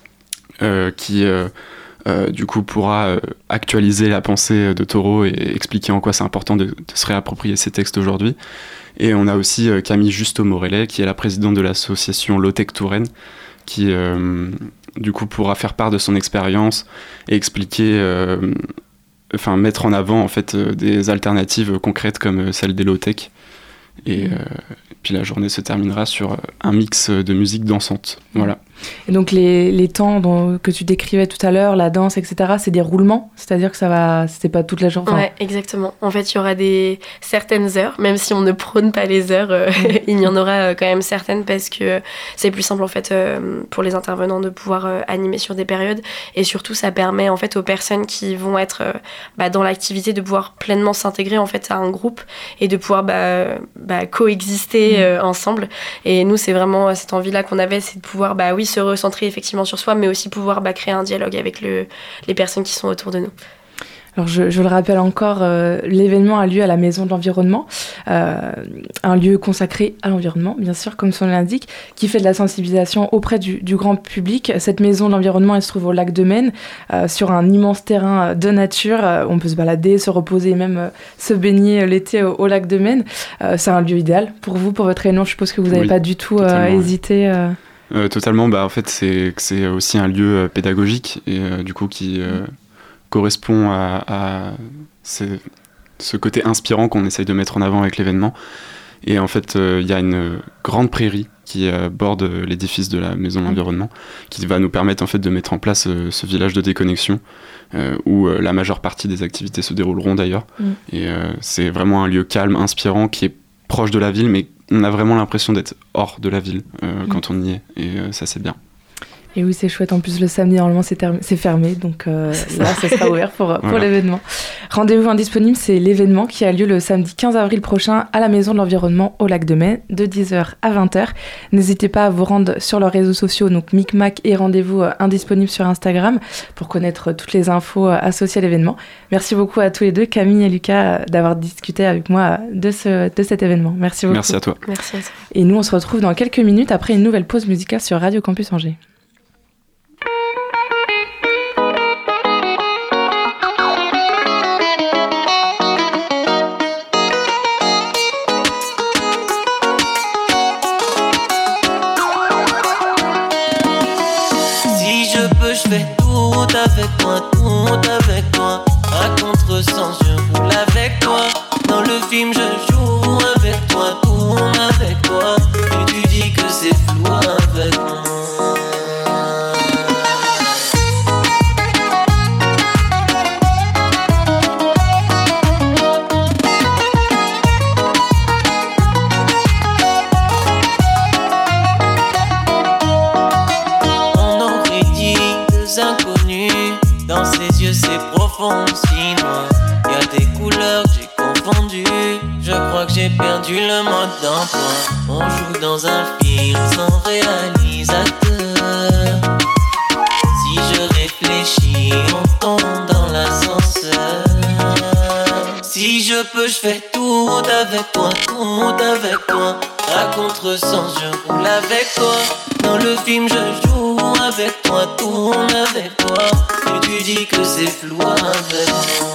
qui du coup pourra actualiser la pensée de Thoreau et expliquer en quoi c'est important de se réapproprier ces textes aujourd'hui. Et on a aussi Camille Justo-Morellet qui est la présidente de l'association Lotec Touraine, qui du coup pourra faire part de son expérience et expliquer, mettre en avant en fait des alternatives concrètes comme celle des low-tech. Et puis la journée se terminera sur un mix de musique dansante. Voilà. Et donc les temps que tu décrivais tout à l'heure, la danse, etc., c'est des roulements, c'est-à-dire que c'est pas toute la journée. Ouais, exactement. En fait, il y aura certaines heures, même si on ne prône pas les heures, il y en aura quand même certaines parce que c'est plus simple en fait pour les intervenants de pouvoir animer sur des périodes, et surtout ça permet en fait aux personnes qui vont être dans l'activité de pouvoir pleinement s'intégrer en fait à un groupe et de pouvoir coexister ensemble. Et nous, c'est vraiment cette envie-là qu'on avait, c'est de pouvoir se recentrer effectivement sur soi, mais aussi pouvoir créer un dialogue avec les personnes qui sont autour de nous. Alors je le rappelle encore, l'événement a lieu à la Maison de l'Environnement, un lieu consacré à l'environnement, bien sûr, comme son nom l'indique, qui fait de la sensibilisation auprès du grand public. Cette Maison de l'Environnement, elle se trouve au lac de Maine, sur un immense terrain de nature. On peut se balader, se reposer et même se baigner l'été au lac de Maine. C'est un lieu idéal pour vous, pour votre réunion. Je suppose que vous n'avez pas du tout hésité. Totalement. En fait, c'est aussi un lieu pédagogique et du coup qui correspond à ce côté inspirant qu'on essaye de mettre en avant avec l'événement. Et en fait, il y a une grande prairie qui borde l'édifice de la Maison de l'Environnement, qui va nous permettre en fait de mettre en place ce village de déconnexion où la majeure partie des activités se dérouleront d'ailleurs. Et c'est vraiment un lieu calme, inspirant, qui est proche de la ville, mais on a vraiment l'impression d'être hors de la ville quand on y est. Et ça, c'est bien. Et oui, c'est chouette. En plus, le samedi, normalement, c'est fermé. Donc là, ça sera ouvert pour l'événement. Rendez-vous indisponible, c'est l'événement qui a lieu le samedi 15 avril prochain à la Maison de l'Environnement au lac de Maine, de 10h à 20h. N'hésitez pas à vous rendre sur leurs réseaux sociaux, donc Micmac et Rendez-vous indisponible sur Instagram, pour connaître toutes les infos associées à l'événement. Merci beaucoup à tous les deux, Camille et Lucas, d'avoir discuté avec moi de cet événement. Merci beaucoup. Merci à toi. Merci à toi. Et nous, on se retrouve dans quelques minutes après une nouvelle pause musicale sur Radio Campus Angers. Je fais tout avec toi, à contresens je roule avec toi, dans le film je joue avec toi, tourne avec toi, et tu dis que c'est flou avec moi. fond si noir. Y'a des couleurs que j'ai confondues. Je crois que j'ai perdu le mode d'emploi. On joue dans un film sans réalisateur. Si je réfléchis, on tombe dans l'ascenseur. Si je peux, je fais tout avec toi, tout avec toi. À contresens, je roule avec toi. Dans le film, je joue avec toi, tourne avec toi. Et tu dis que c'est flou avec moi.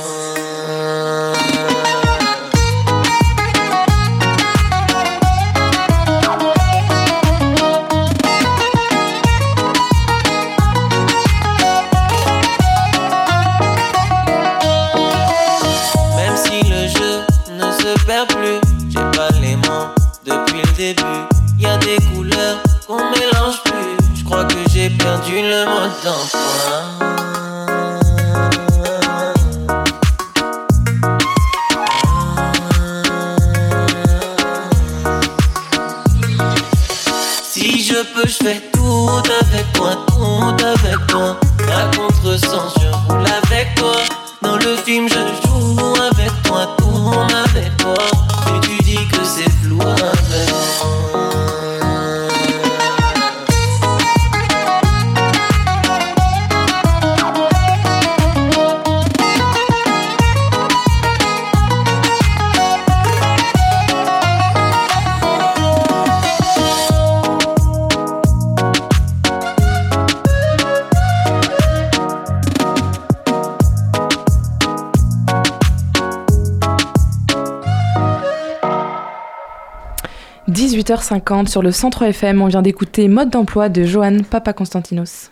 Même si le jeu ne se perd plus, j'ai pas les mots depuis le début. Y a des couleurs qu'on mélange plus. Je crois que j'ai perdu le mode d'emploi. Si je peux, je fais tout avec toi, tout avec toi. À contresens, je roule avec toi. Dans le film, je joue avec toi, tourne avec toi. Et tu dis que c'est flou avec moi. « 18h50 sur le 103 FM, on vient d'écouter Mode d'emploi de Johan Papakonstantinos.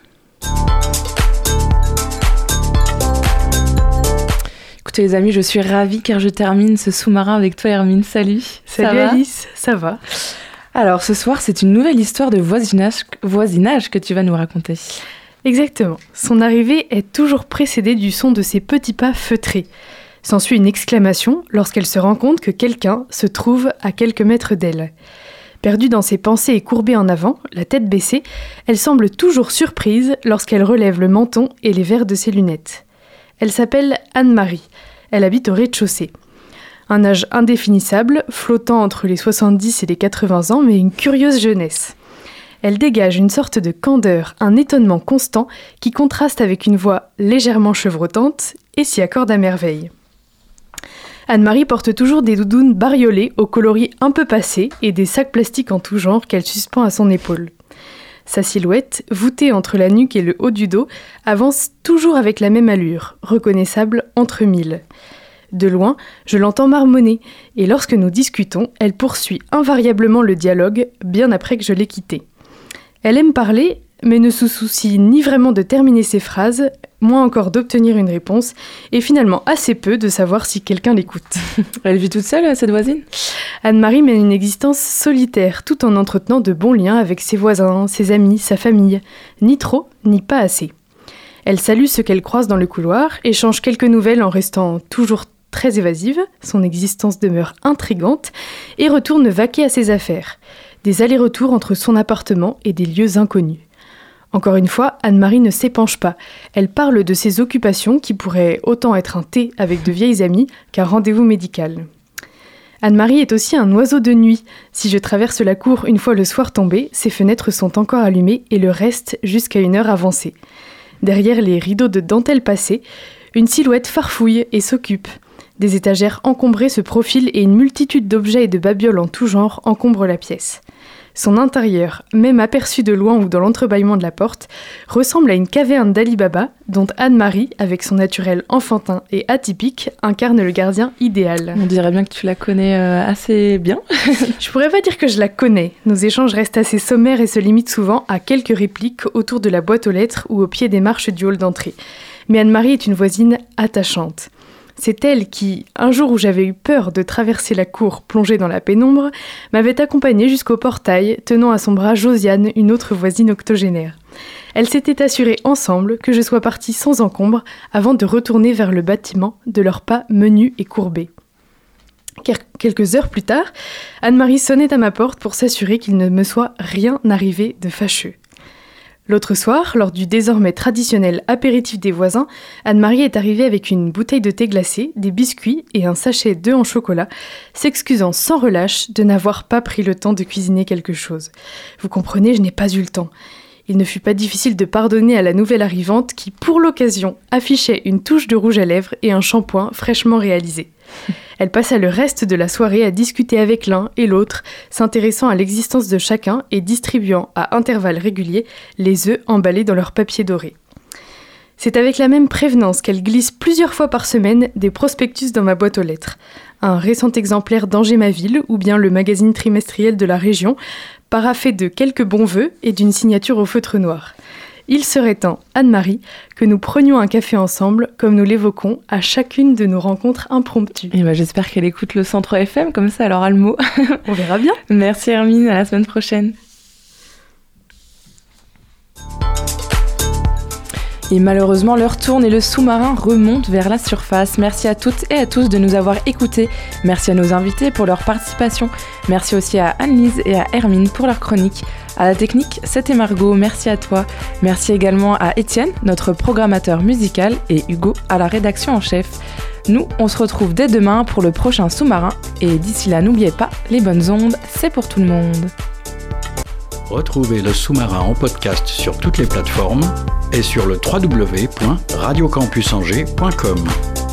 Écoutez les amis, je suis ravie car je termine ce sous-marin avec toi Hermine. Salut. Salut Alice, ça va? Alors ce soir, c'est une nouvelle histoire de voisinage que tu vas nous raconter. Exactement. Son arrivée est toujours précédée du son de ses petits pas feutrés. S'ensuit une exclamation lorsqu'elle se rend compte que quelqu'un se trouve à quelques mètres d'elle. Perdue dans ses pensées et courbée en avant, la tête baissée, elle semble toujours surprise lorsqu'elle relève le menton et les verres de ses lunettes. Elle s'appelle Anne-Marie. Elle habite au rez-de-chaussée. Un âge indéfinissable, flottant entre les 70 et les 80 ans, mais une curieuse jeunesse. Elle dégage une sorte de candeur, un étonnement constant qui contraste avec une voix légèrement chevrotante et s'y accorde à merveille. Anne-Marie porte toujours des doudounes bariolées aux coloris un peu passés et des sacs plastiques en tout genre qu'elle suspend à son épaule. Sa silhouette, voûtée entre la nuque et le haut du dos, avance toujours avec la même allure, reconnaissable entre mille. De loin, je l'entends marmonner, et lorsque nous discutons, elle poursuit invariablement le dialogue, bien après que je l'ai quittée. Elle aime parler, mais ne se soucie ni vraiment de terminer ses phrases, moins encore d'obtenir une réponse, et finalement assez peu de savoir si quelqu'un l'écoute. Elle vit toute seule, cette voisine ? Anne-Marie mène une existence solitaire, tout en entretenant de bons liens avec ses voisins, ses amis, sa famille. Ni trop, ni pas assez. Elle salue ceux qu'elle croise dans le couloir, échange quelques nouvelles en restant toujours très évasive, son existence demeure intrigante, et retourne vaquer à ses affaires. Des allers-retours entre son appartement et des lieux inconnus. Encore une fois, Anne-Marie ne s'épanche pas. Elle parle de ses occupations qui pourraient autant être un thé avec de vieilles amies qu'un rendez-vous médical. Anne-Marie est aussi un oiseau de nuit. Si je traverse la cour une fois le soir tombé, ses fenêtres sont encore allumées et le reste jusqu'à une heure avancée. Derrière les rideaux de dentelle passés, une silhouette farfouille et s'occupe. Des étagères encombrées se profilent et une multitude d'objets et de babioles en tout genre encombrent la pièce. Son intérieur, même aperçu de loin ou dans l'entrebâillement de la porte, ressemble à une caverne d'Ali Baba, dont Anne-Marie, avec son naturel enfantin et atypique, incarne le gardien idéal. On dirait bien que tu la connais assez bien. Je pourrais pas dire que je la connais. Nos échanges restent assez sommaires et se limitent souvent à quelques répliques autour de la boîte aux lettres ou au pied des marches du hall d'entrée. Mais Anne-Marie est une voisine attachante. C'est elle qui, un jour où j'avais eu peur de traverser la cour plongée dans la pénombre, m'avait accompagnée jusqu'au portail, tenant à son bras Josiane, une autre voisine octogénaire. Elle s'était assurée ensemble que je sois partie sans encombre avant de retourner vers le bâtiment, de leurs pas menus et courbés. Quelques heures plus tard, Anne-Marie sonnait à ma porte pour s'assurer qu'il ne me soit rien arrivé de fâcheux. L'autre soir, lors du désormais traditionnel apéritif des voisins, Anne-Marie est arrivée avec une bouteille de thé glacé, des biscuits et un sachet d'œufs en chocolat, s'excusant sans relâche de n'avoir pas pris le temps de cuisiner quelque chose. Vous comprenez, je n'ai pas eu le temps. Il ne fut pas difficile de pardonner à la nouvelle arrivante qui, pour l'occasion, affichait une touche de rouge à lèvres et un shampoing fraîchement réalisé. Elle passa le reste de la soirée à discuter avec l'un et l'autre, s'intéressant à l'existence de chacun et distribuant à intervalles réguliers les œufs emballés dans leur papier doré. C'est avec la même prévenance qu'elle glisse plusieurs fois par semaine des prospectus dans ma boîte aux lettres. Un récent exemplaire d'Angers ma ville ou bien le magazine trimestriel de la région, paraphé de quelques bons vœux et d'une signature au feutre noir. Il serait temps, Anne-Marie, que nous prenions un café ensemble, comme nous l'évoquons à chacune de nos rencontres impromptues. Et j'espère qu'elle écoute le 103 FM, comme ça elle aura le mot. On verra bien. Merci Hermine, à la semaine prochaine. Et malheureusement, l'heure tourne et le sous-marin remonte vers la surface. Merci à toutes et à tous de nous avoir écoutés. Merci à nos invités pour leur participation. Merci aussi à Anne-Lise et à Hermine pour leur chronique. À la technique, c'était Margot, merci à toi. Merci également à Étienne, notre programmateur musical, et Hugo à la rédaction en chef. Nous, on se retrouve dès demain pour le prochain sous-marin. Et d'ici là, n'oubliez pas, les bonnes ondes, c'est pour tout le monde. Retrouvez le sous-marin en podcast sur toutes les plateformes et sur le www.radiocampusangers.com.